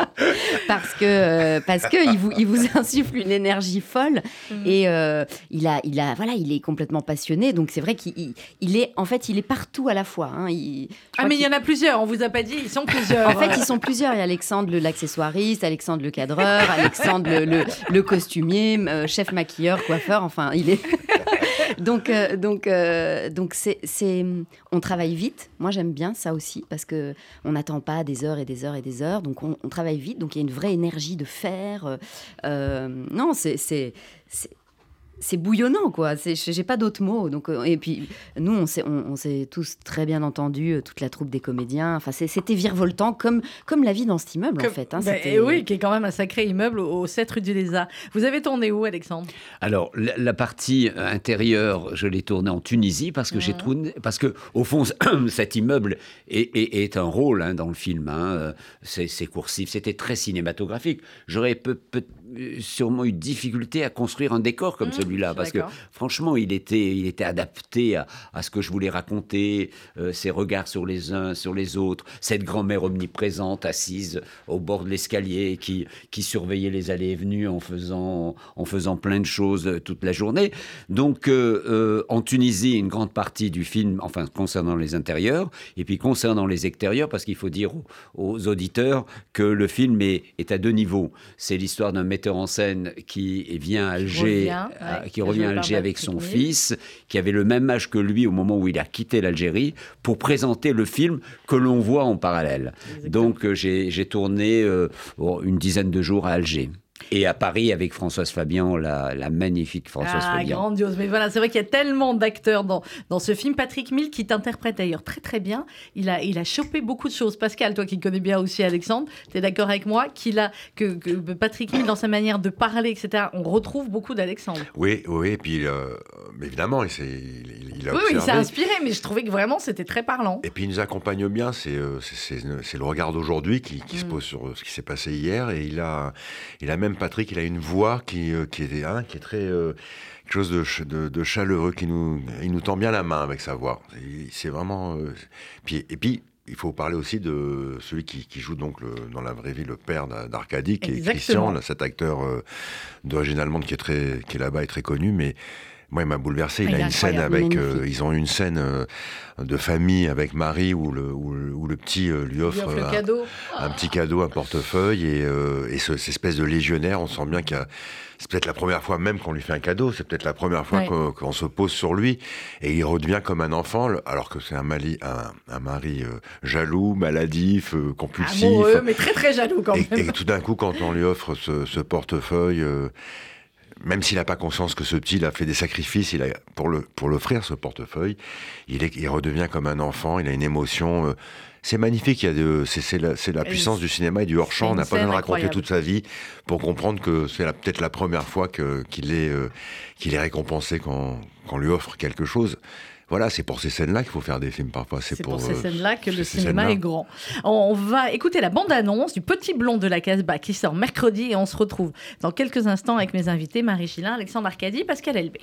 parce que, euh, parce que il vous, il vous insuffle une énergie folle. Mmh. Et euh, il, a, il, a, voilà, il est complètement passionné. Donc c'est vrai qu'il il, il est, en fait, il est partout à la fois. Hein. Il, ah, mais il y en a plusieurs, on vous a pas dit, ils sont plusieurs. En fait, ils sont plusieurs. Il y a Alexandre le, l'accessoiriste, Alexandre le cadreur, Alexandre le, le, le costumier, euh, chef maquilleur, coiffeur. Enfin, il est... donc, euh, donc, euh, donc c'est, c'est, on travaille vite. Moi, j'aime bien ça aussi parce que on n'attend pas des heures et des heures et des heures. Donc, on, on travaille vite. Donc, il y a une vraie énergie de faire. Euh, non, c'est, c'est, c'est, c'est bouillonnant, quoi. C'est, j'ai pas d'autres mots. Donc, euh, et puis, nous, on s'est, on, on s'est tous très bien entendus, euh, toute la troupe des comédiens. Enfin, c'est, c'était virevoltant, comme, comme la vie dans cet immeuble, que, en fait. Hein, bah, c'était... Oui, qui est quand même un sacré immeuble au, au sept rue du Lézard. Vous avez tourné où, Alexandre ? Alors, la, la partie intérieure, je l'ai tournée en Tunisie parce que mmh. j'ai tourné, parce que au fond, cet immeuble est, est, est un rôle hein, dans le film. Hein. C'est, c'est coursif, c'était très cinématographique. J'aurais peu, peu, sûrement eu de difficulté à construire un décor comme mmh, celui-là parce d'accord. que franchement, il était, il était adapté à, à ce que je voulais raconter, euh, ses regards sur les uns, sur les autres, cette grand-mère omniprésente assise au bord de l'escalier qui, qui surveillait les allées et venues en faisant, en faisant plein de choses toute la journée. Donc, euh, euh, en Tunisie, une grande partie du film, enfin, concernant les intérieurs, et puis concernant les extérieurs, parce qu'il faut dire aux, aux auditeurs que le film est, est à deux niveaux. C'est l'histoire d'un metteur en scène qui vient à Alger, revient, à, ouais, qui revient à Alger avec son fils, qui avait le même âge que lui au moment où il a quitté l'Algérie, pour présenter le film que l'on voit en parallèle. Exactement. Donc, euh, j'ai, j'ai tourné euh, une dizaine de jours à Alger. Et à Paris avec Françoise Fabian, la, la magnifique Françoise ah, Fabian. Grandiose. Mais voilà, c'est vrai qu'il y a tellement d'acteurs dans, dans ce film. Patrick Mille, qui t'interprète d'ailleurs très très bien, il a, il a chopé beaucoup de choses. Pascal, toi qui connais bien aussi Alexandre, tu es d'accord avec moi qu'il a, que, que Patrick Mille, dans sa manière de parler, et cetera, on retrouve beaucoup d'Alexandre. Oui, oui, et puis euh, évidemment, il, s'est, il, il a oui, observé. Oui, il s'est inspiré, mais je trouvais que vraiment c'était très parlant. Et puis il nous accompagne bien, c'est, c'est, c'est, c'est le regard d'aujourd'hui qui, qui mmh. se pose sur ce qui s'est passé hier. Et il a, il a même, Patrick, il a une voix qui, euh, qui, est, hein, qui est très... Euh, quelque chose de, de, de chaleureux, qui nous, il nous tend bien la main avec sa voix. C'est, c'est vraiment... Euh, puis, et puis, il faut parler aussi de celui qui, qui joue donc le, dans la vraie vie le père d'Arcadie, qui Exactement. est Christian, là, cet acteur euh, d'origine allemande qui est, très, qui est là-bas et très connu, mais... Moi, il m'a bouleversé. Il, il a une scène avec. Euh, ils ont une scène euh, de famille avec Marie où le, où, où le petit euh, lui offre, lui offre un, cadeau. un petit cadeau, un portefeuille. Et, euh, et ce, cette espèce de légionnaire, on sent bien qu'il y a. C'est peut-être la première fois même qu'on lui fait un cadeau. C'est peut-être la première fois ouais. qu'on, qu'on se pose sur lui. Et il redevient comme un enfant, alors que c'est un, mali, un, un mari euh, jaloux, maladif, euh, compulsif. Amoureux, mais très très jaloux quand et, même. Et tout d'un coup, quand on lui offre ce, ce portefeuille. Euh, Même s'il n'a pas conscience que ce petit il a fait des sacrifices, il a, pour, le, pour l'offrir ce portefeuille, il, est, il redevient comme un enfant, il a une émotion. Euh, c'est magnifique, il y a de, c'est, c'est, la, c'est la puissance du cinéma et du hors-champ. On n'a pas besoin de raconter incroyable. toute sa vie pour comprendre que c'est la, peut-être la première fois que, qu'il, est, euh, qu'il est récompensé quand, quand on lui offre quelque chose. Voilà, c'est pour ces scènes-là qu'il faut faire des films parfois. C'est, c'est pour, pour ces euh, scènes-là que le ces cinéma scènes-là. est grand. On va écouter la bande-annonce du Petit Blond de la Casbah qui sort mercredi et on se retrouve dans quelques instants avec mes invités Marie Gillin, Alexandre Arcadie, Pascal Elbé.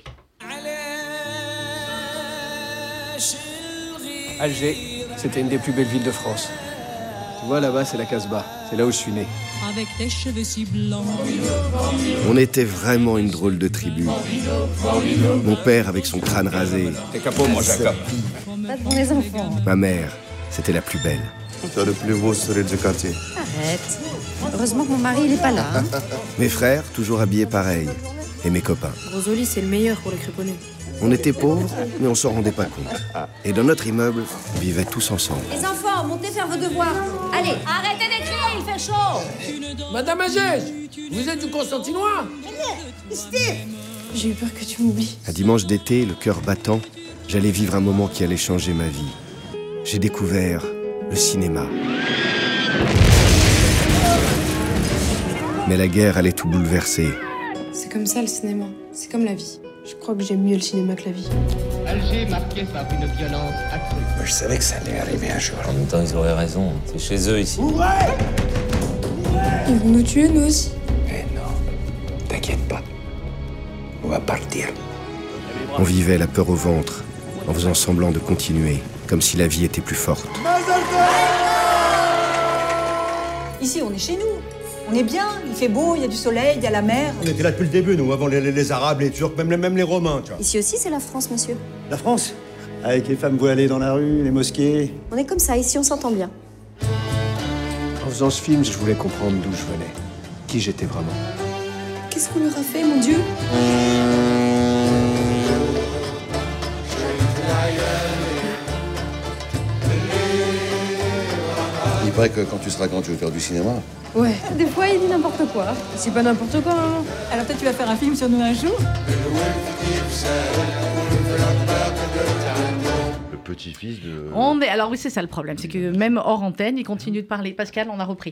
Alger, c'était une des plus belles villes de France. Tu vois, là-bas, c'est la Casbah. C'est là où je suis né. Avec tes cheveux si blancs. On était vraiment une drôle de tribu. Mon père avec son crâne rasé. T'es capot, moi, Jacob. Pas pour les enfants. Ma mère, c'était la plus belle. T'as le plus beau sourire du quartier. Arrête. Heureusement que mon mari, il est pas là. Hein. Mes frères, toujours habillés pareil. Et mes copains. Rosoli, c'est le meilleur pour les créponnés. On était pauvres, mais on s'en rendait pas compte. Et dans notre immeuble, on vivait tous ensemble. Les enfants, montez faire vos devoirs. Allez, arrêtez d'écrire, il fait chaud. Madame Agege, vous êtes du Constantinois ? J'ai eu peur que tu m'oublies. Un dimanche d'été, le cœur battant, j'allais vivre un moment qui allait changer ma vie. J'ai découvert le cinéma. Mais la guerre allait tout bouleverser. C'est comme ça le cinéma, c'est comme la vie. Je crois que j'aime mieux le cinéma que la vie. Alger marqué par une violence accrue. Je savais que ça allait arriver un jour. En même temps, ils auraient raison. C'est chez eux ici. Ils vont nous tuer, nous aussi. Eh non. T'inquiète pas. On va partir. On vivait la peur au ventre, en faisant semblant de continuer, comme si la vie était plus forte. Ici, on est chez nous. On est bien, il fait beau, il y a du soleil, il y a la mer. On était là depuis le début, nous, avant les, les, les Arabes, les Turcs, même, même les Romains, tu vois. Ici aussi, c'est la France, monsieur. La France? Avec les femmes voilées dans la rue, les mosquées. On est comme ça, ici, on s'entend bien. En faisant ce film, je voulais comprendre d'où je venais, qui j'étais vraiment. Qu'est-ce qu'on leur a fait, mon Dieu? Il paraît que quand tu seras grand, tu veux faire du cinéma. Ouais, des fois il dit n'importe quoi. C'est pas n'importe quoi, maman. Alors peut-être tu vas faire un film sur nous un jour? Le petit-fils de... On est... Alors oui, c'est ça le problème, c'est que même hors antenne, il continue de parler. Pascal, on a repris.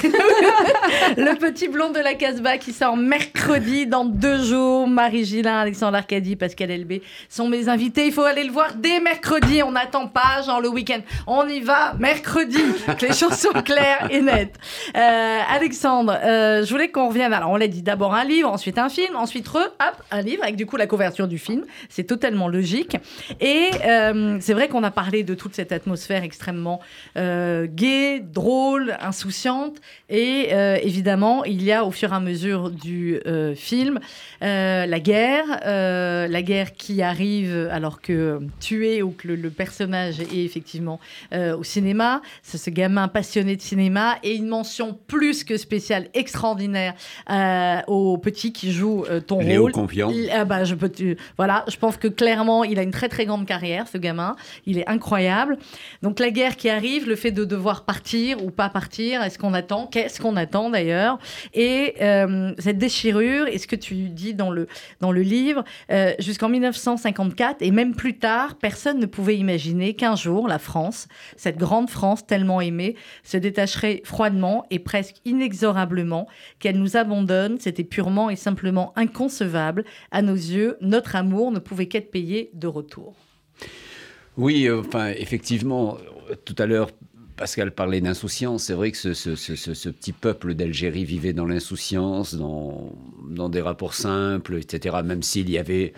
Le petit blond de la Casbah qui sort mercredi dans deux jours. Marie Gillin, Alexandre Arcadi, Pascal Elbé sont mes invités. Il faut aller le voir dès mercredi. On n'attend pas, genre le week-end. On y va mercredi, que les choses sont claires et nettes. Euh, Alexandre, euh, je voulais qu'on revienne. Alors on l'a dit, d'abord un livre, ensuite un film, ensuite re, hop, un livre avec du coup la couverture du film. C'est totalement logique. Et euh, c'est vrai qu'on a parlé de toute cette atmosphère extrêmement euh, gaie, drôle, insouciante. Et euh, évidemment, il y a au fur et à mesure du euh, film euh, la guerre, euh, la guerre qui arrive alors que tu es ou que le, le personnage est effectivement euh, au cinéma. C'est ce gamin passionné de cinéma et une mention plus que spéciale, extraordinaire euh, au petit qui joue euh, ton Léo rôle. Compian. Il, ah bah, je peux te, voilà, je pense que clairement, il a une très très grande carrière, ce gamin. Il est incroyable. Donc la guerre qui arrive, le fait de devoir partir ou pas partir, est-ce qu'on attend? Qu'est-ce qu'on attend d'ailleurs? Et euh, cette déchirure, et ce que tu dis dans le, dans le livre, euh, jusqu'en dix-neuf cent cinquante-quatre et même plus tard, personne ne pouvait imaginer qu'un jour, la France, cette grande France tellement aimée, se détacherait froidement et presque inexorablement, qu'elle nous abandonne. C'était purement et simplement inconcevable. À nos yeux, notre amour ne pouvait qu'être payé de retour. Oui, euh, enfin, effectivement, tout à l'heure, Pascal parlait d'insouciance. C'est vrai que ce, ce, ce, ce petit peuple d'Algérie vivait dans l'insouciance, dans, dans des rapports simples, et cetera. Même s'il y avait,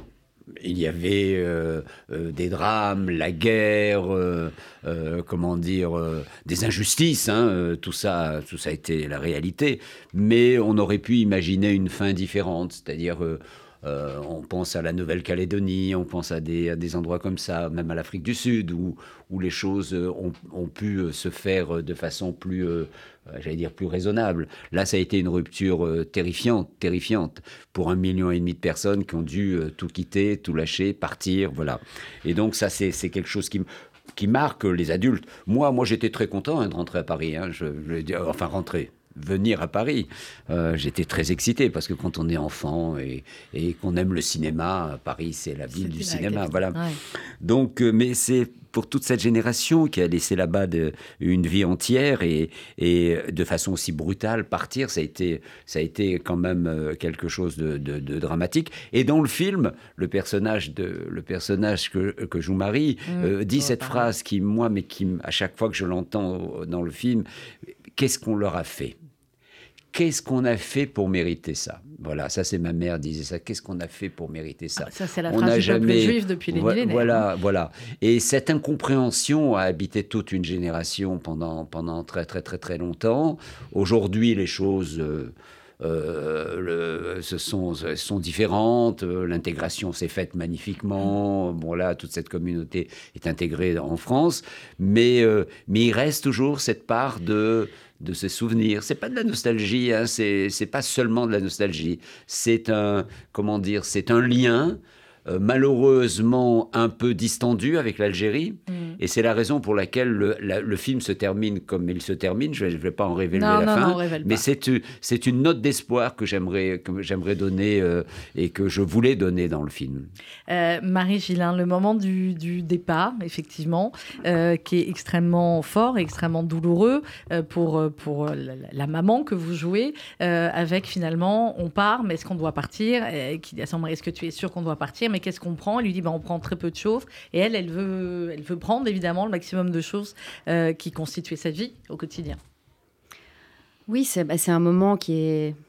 il y avait euh, euh, des drames, la guerre, euh, euh, comment dire, euh, des injustices. Hein, euh, tout ça, tout ça a été la réalité. Mais on aurait pu imaginer une fin différente, c'est-à-dire. Euh, Euh, on pense à la Nouvelle-Calédonie, on pense à des, à des endroits comme ça, même à l'Afrique du Sud, où, où les choses ont, ont pu se faire de façon plus, euh, j'allais dire, plus raisonnable. Là, ça a été une rupture euh, terrifiante, terrifiante pour un million et demi de personnes qui ont dû euh, tout quitter, tout lâcher, partir, voilà. Et donc ça, c'est, c'est quelque chose qui qui marque les adultes. Moi, moi, j'étais très content hein, de rentrer à Paris. Hein, je, je, enfin, rentrer. venir à Paris. Euh, j'étais très excité parce que quand on est enfant et, et qu'on aime le cinéma, Paris, c'est la ville du cinéma. Voilà. Ouais. Donc, euh, mais c'est pour toute cette génération qui a laissé là-bas de, une vie entière et, et de façon aussi brutale partir, ça a été, ça a été quand même quelque chose de, de, de dramatique. Et dans le film, le personnage, de, le personnage que, que joue Marie mmh, euh, dit cette pareil. phrase qui, moi, mais qui, à chaque fois que je l'entends dans le film, qu'est-ce qu'on leur a fait ? Qu'est-ce qu'on a fait pour mériter ça ? Voilà, ça c'est ma mère disait ça. Qu'est-ce qu'on a fait pour mériter ça ? Ça c'est la phrase du jamais... peuple juif depuis les millénaires. Voilà, voilà. Et cette incompréhension a habité toute une génération pendant pendant très très très très longtemps. Aujourd'hui, les choses euh, euh, le, se sont sont différentes. L'intégration s'est faite magnifiquement. Bon là, toute cette communauté est intégrée en France, mais euh, mais il reste toujours cette part de de se souvenir. C'est pas de la nostalgie, hein, c'est, c'est pas seulement de la nostalgie. C'est un, comment dire, c'est un lien, euh, malheureusement un peu distendu avec l'Algérie. Mmh. Et c'est la raison pour laquelle le, la, le film se termine comme il se termine. Je ne vais pas en révéler non, la non, fin. Non, révèle mais pas. c'est, c'est une note d'espoir que j'aimerais, que j'aimerais donner euh, et que je voulais donner dans le film. Euh, Marie Gillin, le moment du, du départ, effectivement, euh, qui est extrêmement fort, extrêmement douloureux euh, pour, pour la, la maman que vous jouez, euh, avec finalement, on part, mais est-ce qu'on doit partir ? euh, Qui dit à son mari, est-ce que tu es sûr qu'on doit partir ? Mais qu'est-ce qu'on prend ? Elle lui dit, ben, on prend très peu de choses. Et elle, elle veut, elle veut prendre évidemment le maximum de choses euh, qui constituaient sa vie au quotidien. Oui, c'est, bah, c'est un moment qui est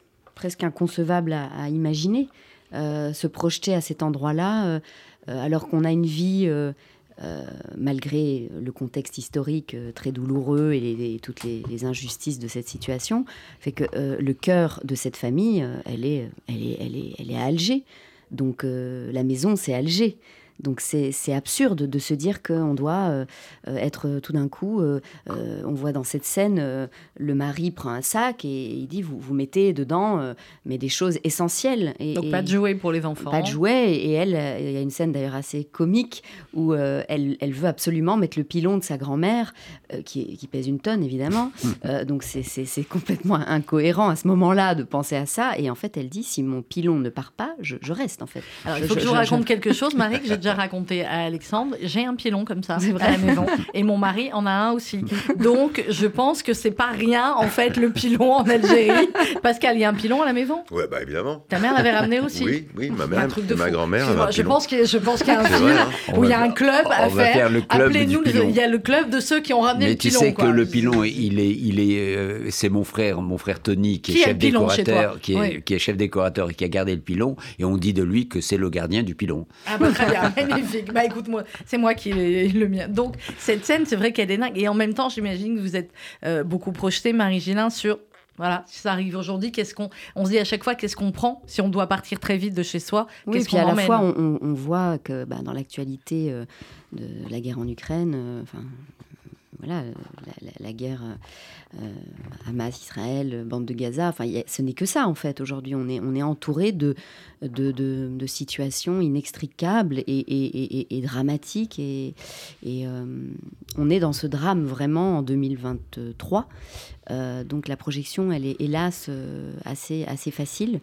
presque inconcevable à, à imaginer, euh, se projeter à cet endroit-là, euh, euh, alors qu'on a une vie, euh, euh, malgré le contexte historique euh, très douloureux et, les, et toutes les, les injustices de cette situation, fait que euh, le cœur de cette famille, euh, elle, est, elle, est, elle, est, elle est à Alger. Donc euh, la maison, c'est Alger. Donc c'est, c'est absurde de se dire qu'on doit euh, être euh, tout d'un coup, euh, euh, on voit dans cette scène, euh, le mari prend un sac et il dit, vous, vous mettez dedans euh, mais des choses essentielles. Et, Donc et, pas de jouets pour les enfants. Pas de jouets. Et elle, il y a une scène d'ailleurs assez comique où euh, elle, elle veut absolument mettre le pilon de sa grand-mère, euh, qui, qui pèse une tonne évidemment. euh, donc c'est, c'est, c'est complètement incohérent à ce moment-là de penser à ça. Et en fait, elle dit, si mon pilon ne part pas, je, je reste en fait. Alors il faut je, que je vous raconte je... quelque chose, Marie, que j'ai déjà raconté à Alexandre. J'ai un pilon comme ça à la maison et mon mari en a un aussi. Donc je pense que c'est pas rien en fait le pilon en Algérie. Pascal, il y a un pilon à la maison? Ouais, bah évidemment. Ta mère l'avait ramené aussi? Oui, oui, ma mère et ma grand-mère. Je, je pense qu'il y a, je pense qu'il y a un film vrai, hein. où il y a un club à faire. faire le club Appelez-nous, il y a le club de ceux qui ont ramené Mais le pilon. Mais tu sais quoi. que le pilon, il est, il est, euh, c'est mon frère, mon frère Tony qui, qui est chef décorateur, qui est, oui. qui est chef décorateur et qui a gardé le pilon. Et on dit de lui que c'est le gardien du pilon. Ah bah très bien, magnifique. Bah écoute-moi, c'est moi qui ai le mien. Donc cette scène, c'est vrai qu'elle est dingue. Et en même temps, j'imagine que vous êtes euh, beaucoup projeté, Marie-Gélin, sur... Voilà, si ça arrive aujourd'hui, qu'est-ce qu'on, on se dit à chaque fois, qu'est-ce qu'on prend si on doit partir très vite de chez soi? Oui, qu'est-ce et puis qu'on à emmène? la fois, on, on voit que bah, dans l'actualité euh, de la guerre en Ukraine, euh, enfin, voilà, la, la, la guerre euh, Hamas-Israël, bande de Gaza, enfin, y a, ce n'est que ça en fait. Aujourd'hui, on est, on est entouré de, de, de, de situations inextricables et, et, et, et dramatiques. Et, et euh, on est dans ce drame vraiment en deux mille vingt-trois. Euh, donc la projection, elle est hélas euh, assez, assez facile.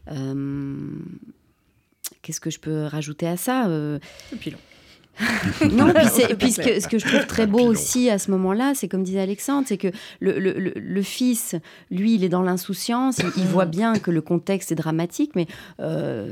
Euh, qu'est-ce que je peux rajouter à ça euh, Le pilon. Non, puis, c'est, puis ce, que, ce que je trouve très beau aussi à ce moment-là, c'est comme disait Alexandre, c'est que le, le, le, le fils, lui, il est dans l'insouciance, il, il voit bien que le contexte est dramatique, mais euh,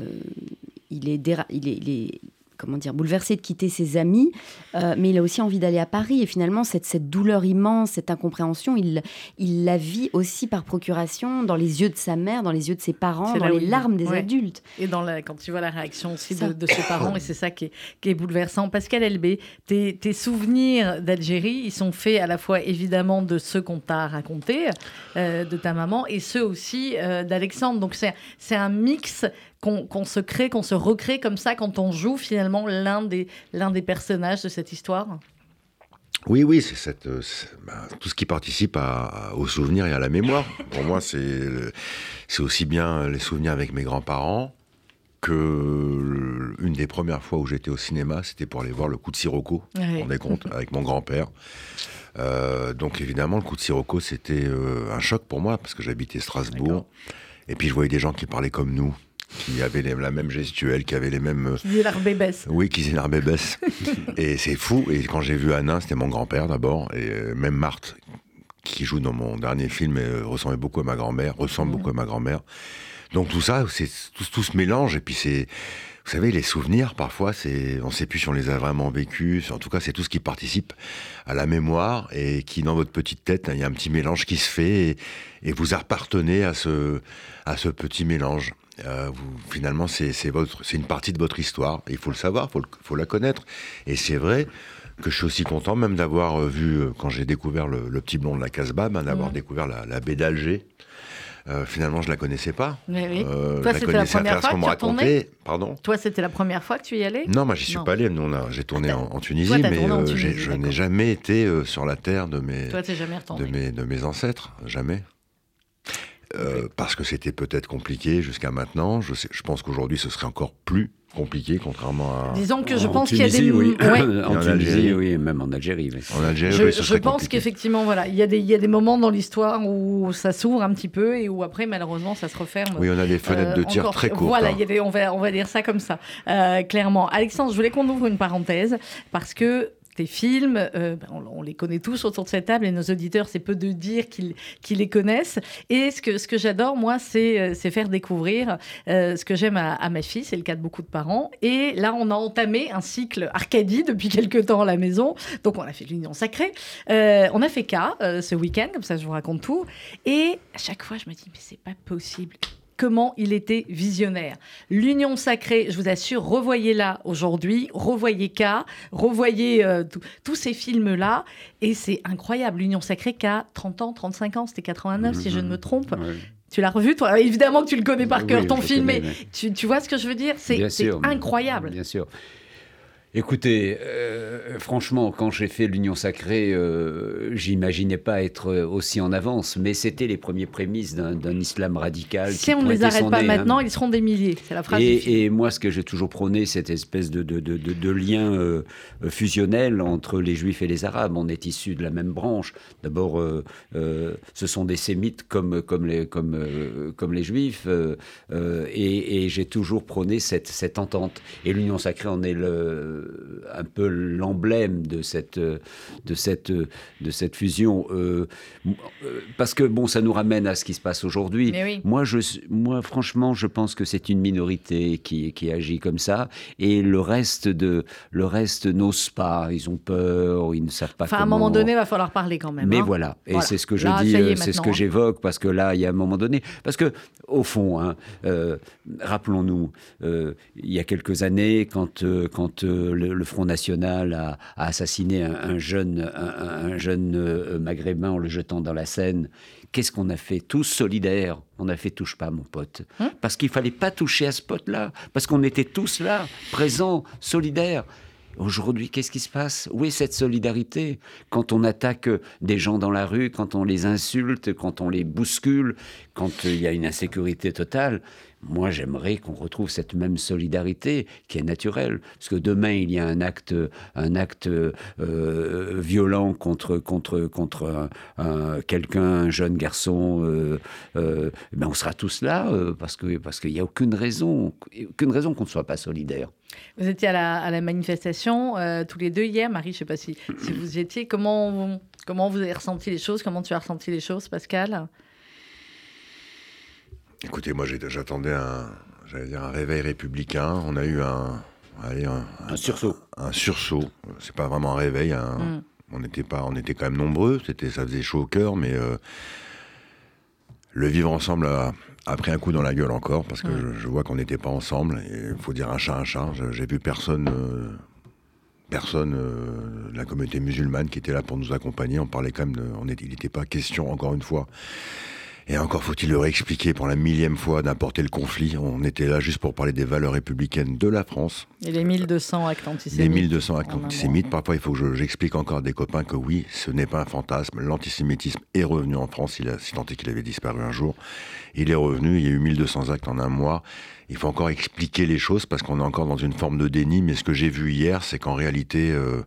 il, est déra- il, est, il est comment dire, bouleversé de quitter ses amis, euh, mais il a aussi envie d'aller à Paris. Et finalement, cette, cette douleur immense, cette incompréhension, il, il la vit aussi par procuration dans les yeux de sa mère, dans les yeux de ses parents, c'est dans les larmes des ouais. adultes. Et dans la, quand tu vois la réaction aussi de, de ses parents, et c'est ça qui est, qui est bouleversant. Pascal Elbé, tes, tes souvenirs d'Algérie, ils sont faits à la fois évidemment de ceux qu'on t'a racontés, euh, de ta maman, et ceux aussi euh, d'Alexandre. Donc c'est, c'est un mix... Qu'on, qu'on se crée, qu'on se recrée comme ça quand on joue finalement l'un des, l'un des personnages de cette histoire? Oui, oui, c'est, cette, c'est bah, tout ce qui participe à, à, au souvenir et à la mémoire. Pour moi, c'est, le, c'est aussi bien les souvenirs avec mes grands-parents que le, une des premières fois où j'étais au cinéma, c'était pour aller voir Le Coup de Sirocco, oui. Vous vous rendez compte, avec mon grand-père. Euh, donc évidemment, Le Coup de Sirocco, c'était euh, un choc pour moi, parce que j'habitais Strasbourg. D'accord. Et puis je voyais des gens qui parlaient comme nous, qui avaient les, la même gestuelle, qui avaient les mêmes... Qui disaient l'arbébès. Oui, qui disaient l'arbébès. Et c'est fou. Et quand j'ai vu Anna, c'était mon grand-père d'abord, et euh, même Marthe, qui joue dans mon dernier film, euh, ressemblait beaucoup à ma grand-mère, ressemble mmh. beaucoup à ma grand-mère. Donc tout ça, c'est, tout, tout se mélange, et puis c'est... Vous savez, les souvenirs, parfois, c'est, on ne sait plus si on les a vraiment vécus. En tout cas, c'est tout ce qui participe à la mémoire et qui, dans votre petite tête, il y a un petit mélange qui se fait et, et vous appartenez à ce, à ce petit mélange. Euh, vous, finalement, c'est, c'est, votre, c'est une partie de votre histoire. Il faut le savoir, il faut, faut la connaître. Et c'est vrai que je suis aussi content même d'avoir vu, quand j'ai découvert le, le petit blond de la Casbah, ben, d'avoir mmh. découvert la, la baie d'Alger. Euh, finalement, je la connaissais pas. Mais oui. Euh, Toi, je c'était la la première fois que tu racontait. Pardon. Toi, c'était la première fois que tu y allais? Non, moi, j'y suis non. pas allé. Nous, on a, j'ai tourné en, en Tunisie, Toi, mais en euh, Tunisie, j'ai, je n'ai jamais été euh, sur la terre de mes, Toi, t'es jamais de mes, de mes ancêtres, jamais. Euh, okay. Parce que c'était peut-être compliqué jusqu'à maintenant. Je, sais, je pense qu'aujourd'hui, ce serait encore plus compliqué, contrairement à... Disons que je en pense Tunisie, qu'il y a des... Oui. Ouais. En, en Tunisie, oui, même en Algérie. Oui. En Algérie, je, oui, ce je serait pense compliqué. qu'effectivement, voilà, il y a des, il y a des moments dans l'histoire où ça s'ouvre un petit peu et où après, malheureusement, ça se referme. Oui, on a des fenêtres euh, de tir encore. très courtes. Voilà, hein. il y a des, on, va, on va dire ça comme ça, euh, clairement. Alexandre, je voulais qu'on ouvre une parenthèse parce que tes films, euh, on, on les connaît tous autour de cette table et nos auditeurs, c'est peu de dire qu'ils, qu'ils les connaissent. Et ce que, ce que j'adore, moi, c'est, c'est faire découvrir euh, ce que j'aime à, à ma fille. C'est le cas de beaucoup de parents. Et là, on a entamé un cycle Arcadie depuis quelques temps à la maison. Donc, on a fait l'Union Sacrée. Euh, on a fait K euh, ce week-end, comme ça, je vous raconte tout. Et à chaque fois, je me dis, mais c'est pas possible. comment il était visionnaire. L'Union sacrée, je vous assure, revoyez-la aujourd'hui, revoyez K, revoyez euh, tous ces films-là, et c'est incroyable. L'Union sacrée qui a trente ans, trente-cinq ans, c'était quatre-vingt-neuf mmh, si je ne me trompe. Ouais. Tu l'as revu, toi ? Évidemment que tu le connais par cœur, oui, ton film, connais, mais tu, tu vois ce que je veux dire ? C'est, c'est sûr, incroyable. Bien sûr. Écoutez, euh, franchement, quand j'ai fait l'Union sacrée, euh, j'imaginais pas être aussi en avance, mais c'était les premières prémices d'un, d'un islam radical. Si on ne les arrête pas nez, maintenant, hein. Ils seront des milliers, c'est la phrase et, du film. Et moi, ce que j'ai toujours prôné, cette espèce de, de, de, de, de lien euh, fusionnel entre les Juifs et les Arabes. On est issus de la même branche. D'abord, euh, euh, ce sont des sémites comme, comme, les, comme, euh, comme les Juifs, euh, euh, et, et j'ai toujours prôné cette, cette entente. Et l'Union sacrée en est le... un peu l'emblème de cette, de cette, de cette fusion. Euh, parce que, bon, ça nous ramène à ce qui se passe aujourd'hui. Oui. Moi, je, moi, franchement, je pense que c'est une minorité qui, qui agit comme ça. Et le reste, de, le reste n'ose pas. Ils ont peur, ils ne savent pas enfin, comment... à un moment donné, il va falloir parler quand même. Mais hein. voilà. Et voilà. c'est ce que je là, dis, est, c'est ce que j'évoque, parce que là, il y a un moment donné... Parce que, au fond, hein, euh, rappelons-nous, euh, il y a quelques années, quand, euh, quand euh, le, le Front National a, a assassiné un, un jeune, un, un jeune euh, maghrébin en le jetant dans la Seine. Qu'est-ce qu'on a fait ? Tous solidaires. On a fait « touche pas, mon pote hein ». Parce qu'il fallait pas toucher à ce pote-là. Parce qu'on était tous là, présents, solidaires. Aujourd'hui, qu'est-ce qui se passe ? Où est cette solidarité ? Quand on attaque des gens dans la rue, quand on les insulte, quand on les bouscule, quand il y a une insécurité totale, moi, j'aimerais qu'on retrouve cette même solidarité qui est naturelle. Parce que demain, il y a un acte, un acte euh, violent contre, contre, contre un, un, quelqu'un, un jeune garçon. Euh, euh, ben on sera tous là euh, parce que, parce qu'il n'y a aucune raison, aucune raison qu'on ne soit pas solidaires. Vous étiez à la, à la manifestation euh, tous les deux hier. Marie, je ne sais pas si, si vous y étiez. Comment vous, comment vous avez ressenti les choses ? Comment tu as ressenti les choses, Pascal ? Écoutez, moi j'attendais un, j'allais dire un réveil républicain. On a eu un, allez, un, un, un sursaut. Un, un sursaut. C'est pas vraiment un réveil. Un, mm. On était pas, on était quand même nombreux. C'était, ça faisait chaud au cœur, mais euh, le vivre ensemble a, a pris un coup dans la gueule encore parce que mm. je, je vois qu'on n'était pas ensemble. Il faut dire un chat un chat. J'ai vu personne. Euh, Personne euh, de la communauté musulmane qui était là pour nous accompagner. On parlait quand même de, on est, il n'était pas question, encore une fois, et encore faut-il le réexpliquer pour la millième fois, d'importer le conflit. On était là juste pour parler des valeurs républicaines de la France. Et les mille deux cents actes antisémites. Les mille deux cents actes antisémites. Parfois, il faut que je, j'explique encore à des copains que oui, ce n'est pas un fantasme. L'antisémitisme est revenu en France, il a, si tant est qu'il avait disparu un jour. Il est revenu, il y a eu mille deux cents actes en un mois. Il faut encore expliquer les choses parce qu'on est encore dans une forme de déni. Mais ce que j'ai vu hier, c'est qu'en réalité... Euh,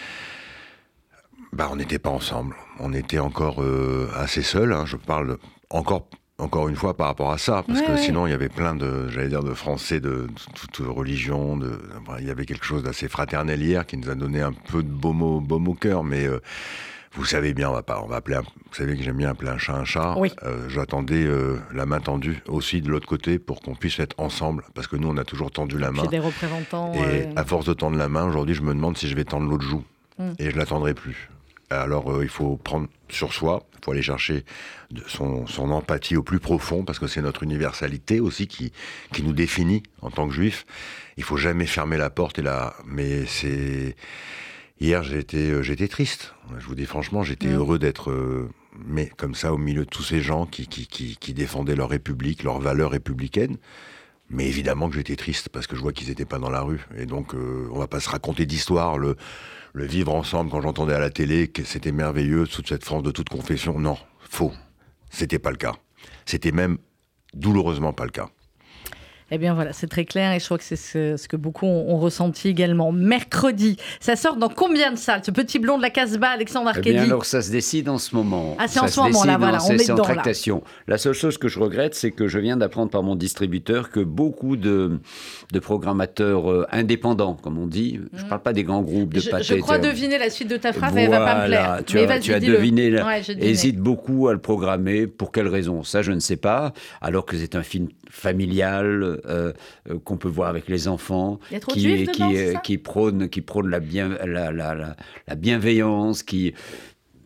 bah, on n'était pas ensemble. On était encore euh, assez seuls. Hein. Je parle encore, encore une fois par rapport à ça. Parce ouais, que ouais. sinon, il y avait plein de, j'allais dire, de Français de, de toute religion. De, bah, il y avait quelque chose d'assez fraternel hier qui nous a donné un peu de baume au, baume au cœur. Mais euh, vous savez bien, on va pas, on va appeler un, vous savez que j'aime bien appeler un chat un chat. Oui. Euh, j'attendais euh, la main tendue aussi de l'autre côté pour qu'on puisse être ensemble. Parce que nous, on a toujours tendu la main. Puis des représentants. Et euh... à force de tendre la main, aujourd'hui, je me demande si je vais tendre l'autre joue. Mm. Et je la tendrai plus. Alors, euh, il faut prendre sur soi, il faut aller chercher de son, son empathie au plus profond, parce que c'est notre universalité aussi qui, qui nous définit en tant que juifs. Il faut jamais fermer la porte. Et la... Mais c'est... Hier, j'ai été, j'ai été triste. Je vous dis franchement, j'étais mmh. heureux d'être... Euh, mais comme ça, au milieu de tous ces gens qui, qui, qui, qui défendaient leur République, leurs valeurs républicaines. Mais évidemment que j'étais triste, parce que je vois qu'ils n'étaient pas dans la rue. Et donc, euh, on va pas se raconter d'histoire. Le... Le vivre ensemble, quand j'entendais à la télé que c'était merveilleux, toute cette France de toute confession, non, faux. C'était pas le cas. C'était même douloureusement pas le cas. Eh bien voilà, c'est très clair et je crois que c'est ce, ce que beaucoup ont, ont ressenti également. Mercredi, ça sort dans combien de salles, ce petit blond de la Casbah, Alexandre Arcadi ? Eh bien alors, ça se décide en ce moment. Ah, c'est ça en ce moment, là, voilà, on est dedans, en tractation. Là. La seule chose que je regrette, c'est que je viens d'apprendre par mon distributeur que beaucoup de, de programmateurs euh, indépendants, comme on dit, mmh. je ne parle pas des grands groupes de pâtés. Je crois deviner la suite de ta phrase, voilà, elle ne va pas me plaire. Tu Mais as, tu as deviné, là, ouais, hésite beaucoup à le programmer. Pour quelle raison ? Ça, je ne sais pas. Alors que c'est un film familial, euh, qu'on peut voir avec les enfants, qui, qui, dedans, qui, qui prône, qui prône la, bien, la, la, la, la bienveillance, qui...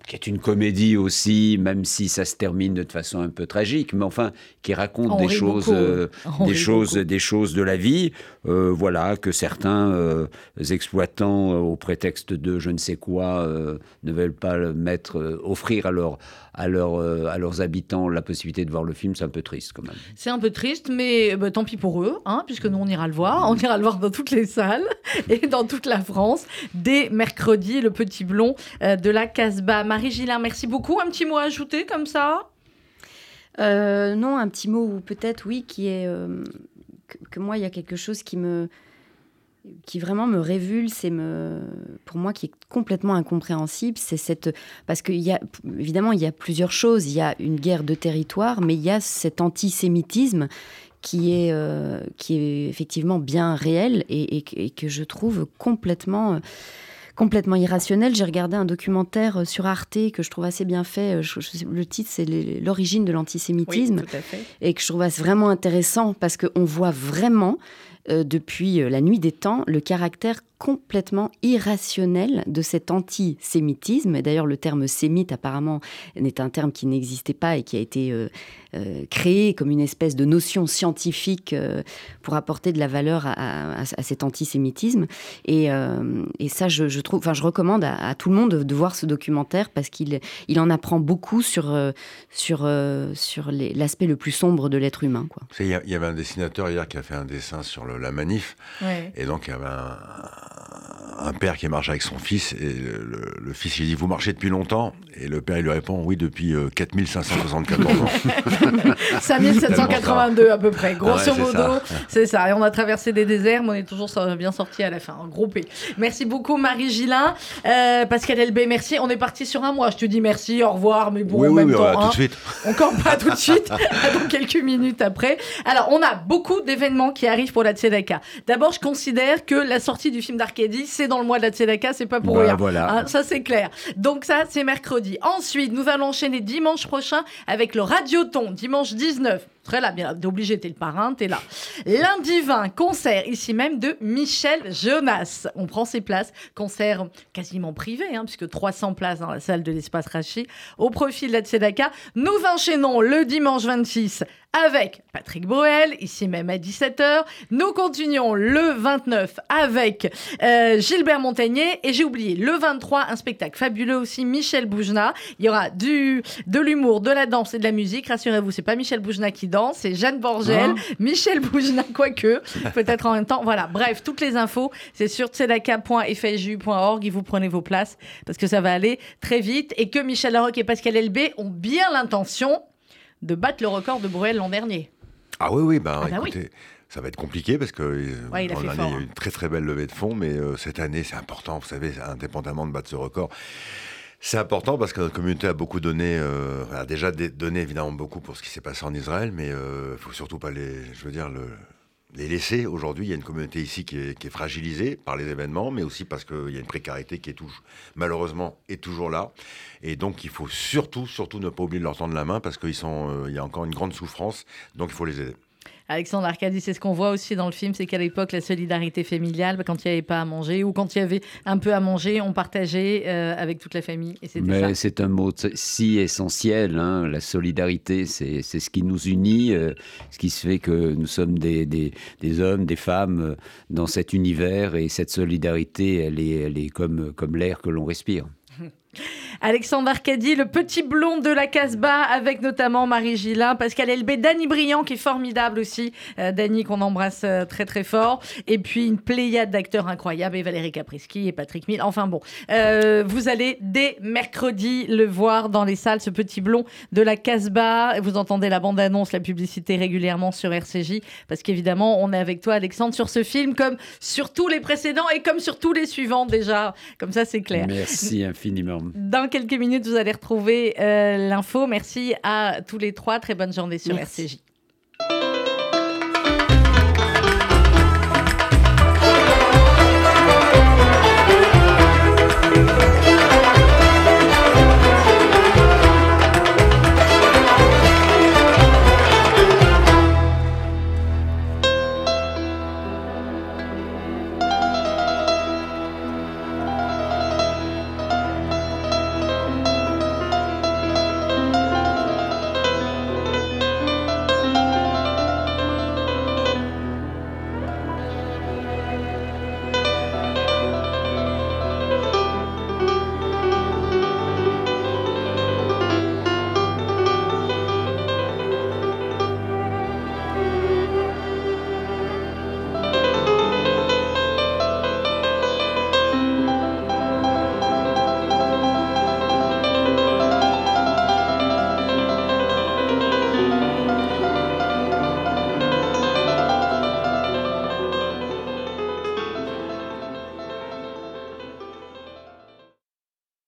qui est une comédie aussi, même si ça se termine de façon un peu tragique, mais enfin, qui raconte des choses, euh, des, choses, des choses de la vie, euh, voilà, que certains euh, exploitants, euh, au prétexte de je ne sais quoi, euh, ne veulent pas le mettre, euh, offrir à, leur, à, leur, euh, à leurs habitants la possibilité de voir le film. C'est un peu triste quand même. C'est un peu triste, mais bah, tant pis pour eux, hein, puisque nous on ira le voir, on ira le voir dans toutes les salles et dans toute la France, dès mercredi, Le Petit Blond euh, de la Casbah. Marie Gillin, merci beaucoup. Un petit mot à ajouter comme ça ? euh, Non, un petit mot, ou peut-être, oui, qui est... Euh, que, que moi, il y a quelque chose qui me... qui vraiment me révulse et me, pour moi, qui est complètement incompréhensible, c'est cette... Parce qu'il y a, évidemment, il y a plusieurs choses. Il y a une guerre de territoire, mais il y a cet antisémitisme qui est, euh, qui est effectivement bien réel et, et, et que je trouve complètement... Euh, complètement irrationnel. J'ai regardé un documentaire sur Arte que je trouve assez bien fait. Je, je, le titre, c'est L'origine de l'antisémitisme. Oui, tout à fait. Et que je trouve vraiment intéressant parce qu'on voit vraiment, euh, depuis la nuit des temps, le caractère complètement irrationnel de cet antisémitisme. Et d'ailleurs, le terme sémite, apparemment, n'est un terme qui n'existait pas et qui a été euh, euh, créé comme une espèce de notion scientifique euh, pour apporter de la valeur à, à, à cet antisémitisme. Et, euh, et ça, je, je trouve, enfin, je recommande à, à tout le monde de, de voir ce documentaire parce qu'il il en apprend beaucoup sur, euh, sur, euh, sur les, l'aspect le plus sombre de l'être humain, quoi. Il y, y avait un dessinateur hier qui a fait un dessin sur le, la manif. Ouais. Et donc, il y avait un... un père qui marche avec son fils et le, le, le fils lui dit « Vous marchez depuis longtemps ?» Et le père il lui répond « Oui, depuis euh, quatre mille cinq cent soixante-quatorze ans. » cinq mille sept cent quatre-vingt-deux à peu près, grosso ah ouais, modo, c'est ça. c'est ça. Et on a traversé des déserts, mais on est toujours bien sortis à la fin, groupé. Merci beaucoup Marie Gillin. Euh, Pascal Elbé, merci. On est parti sur un mois, je te dis merci, au revoir, mais bon, oui, en oui, même oui, temps, on va hein, tout de suite. On campe pas tout de suite, donc quelques minutes après. Alors, on a beaucoup d'événements qui arrivent pour la Tzedaka. D'abord, je considère que la sortie du film d'Arcadie, c'est dans le mois de la Tzedaka, c'est pas pour bah, rien. Voilà. Hein, ça, c'est clair. Donc ça, c'est mercredi. Ensuite, nous allons enchaîner dimanche prochain avec le Radioton, dimanche dix-neuf. Très là, bien, t'es obligé, t'es le parrain, t'es là. Lundi vingt, concert ici même de Michel Jonas. On prend ses places, concert quasiment privé, hein, puisque trois cents places dans la salle de l'Espace Rachi, au profit de la Tzedaka. Nous enchaînons le dimanche vingt-six avec Patrick Bruel, ici même à dix-sept heures. Nous continuons le vingt-neuf avec euh, Gilbert Montagnier. Et j'ai oublié, le vingt-trois, un spectacle fabuleux aussi, Michel Boujna. Il y aura du, de l'humour, de la danse et de la musique. Rassurez-vous, c'est pas Michel Boujna qui danse, c'est Jeanne Borgel, oh. Michel Boujna, quoique, peut-être en même temps. Voilà, bref, toutes les infos, c'est sur tzedaka point f s j u point org. Et vous prenez vos places parce que ça va aller très vite. Et que Michel Larocque et Pascal Elbé ont bien l'intention de battre le record de Bruel l'an dernier. Ah oui, oui, ben, ah bah écoutez, oui. Ça va être compliqué parce que euh, ouais, l'an dernier, il y a eu une très très belle levée de fonds, mais euh, cette année, c'est important, vous savez, indépendamment de battre ce record. C'est important parce que notre communauté a beaucoup donné, euh, a déjà donné évidemment beaucoup pour ce qui s'est passé en Israël, mais il euh, ne faut surtout pas les, je veux dire, le, les laisser. Aujourd'hui, il y a une communauté ici qui est, qui est fragilisée par les événements, mais aussi parce qu'il y a une précarité qui est toujours, malheureusement, est toujours là. Et donc, il faut surtout, surtout ne pas oublier de leur tendre la main parce qu'il euh, y a encore une grande souffrance, donc il faut les aider. Alexandre Arcadi, c'est ce qu'on voit aussi dans le film, c'est qu'à l'époque, la solidarité familiale, quand il n'y avait pas à manger ou quand il y avait un peu à manger, on partageait euh, avec toute la famille. Et c'était Mais ça. C'est un mot si essentiel, hein. La solidarité, c'est, c'est ce qui nous unit, euh, ce qui se fait que nous sommes des, des, des hommes, des femmes euh, dans cet univers, et cette solidarité, elle est, elle est comme, comme l'air que l'on respire. Alexandre Arcadi, le petit blond de la Casbah, avec notamment Marie Gillin, Pascal Elbé, Dany Briand qui est formidable aussi, euh, Dany qu'on embrasse euh, très très fort, et puis une pléiade d'acteurs incroyables, et Valérie Caprisky et Patrick Mille. Enfin bon, euh, vous allez dès mercredi le voir dans les salles, ce petit blond de la Casbah. Vous entendez la bande-annonce, la publicité régulièrement sur R C J, parce qu'évidemment on est avec toi Alexandre sur ce film comme sur tous les précédents et comme sur tous les suivants déjà, comme ça c'est clair. Merci infiniment. Dans quelques minutes, vous allez retrouver euh, l'info. Merci à tous les trois. Très bonne journée sur Merci. R C J.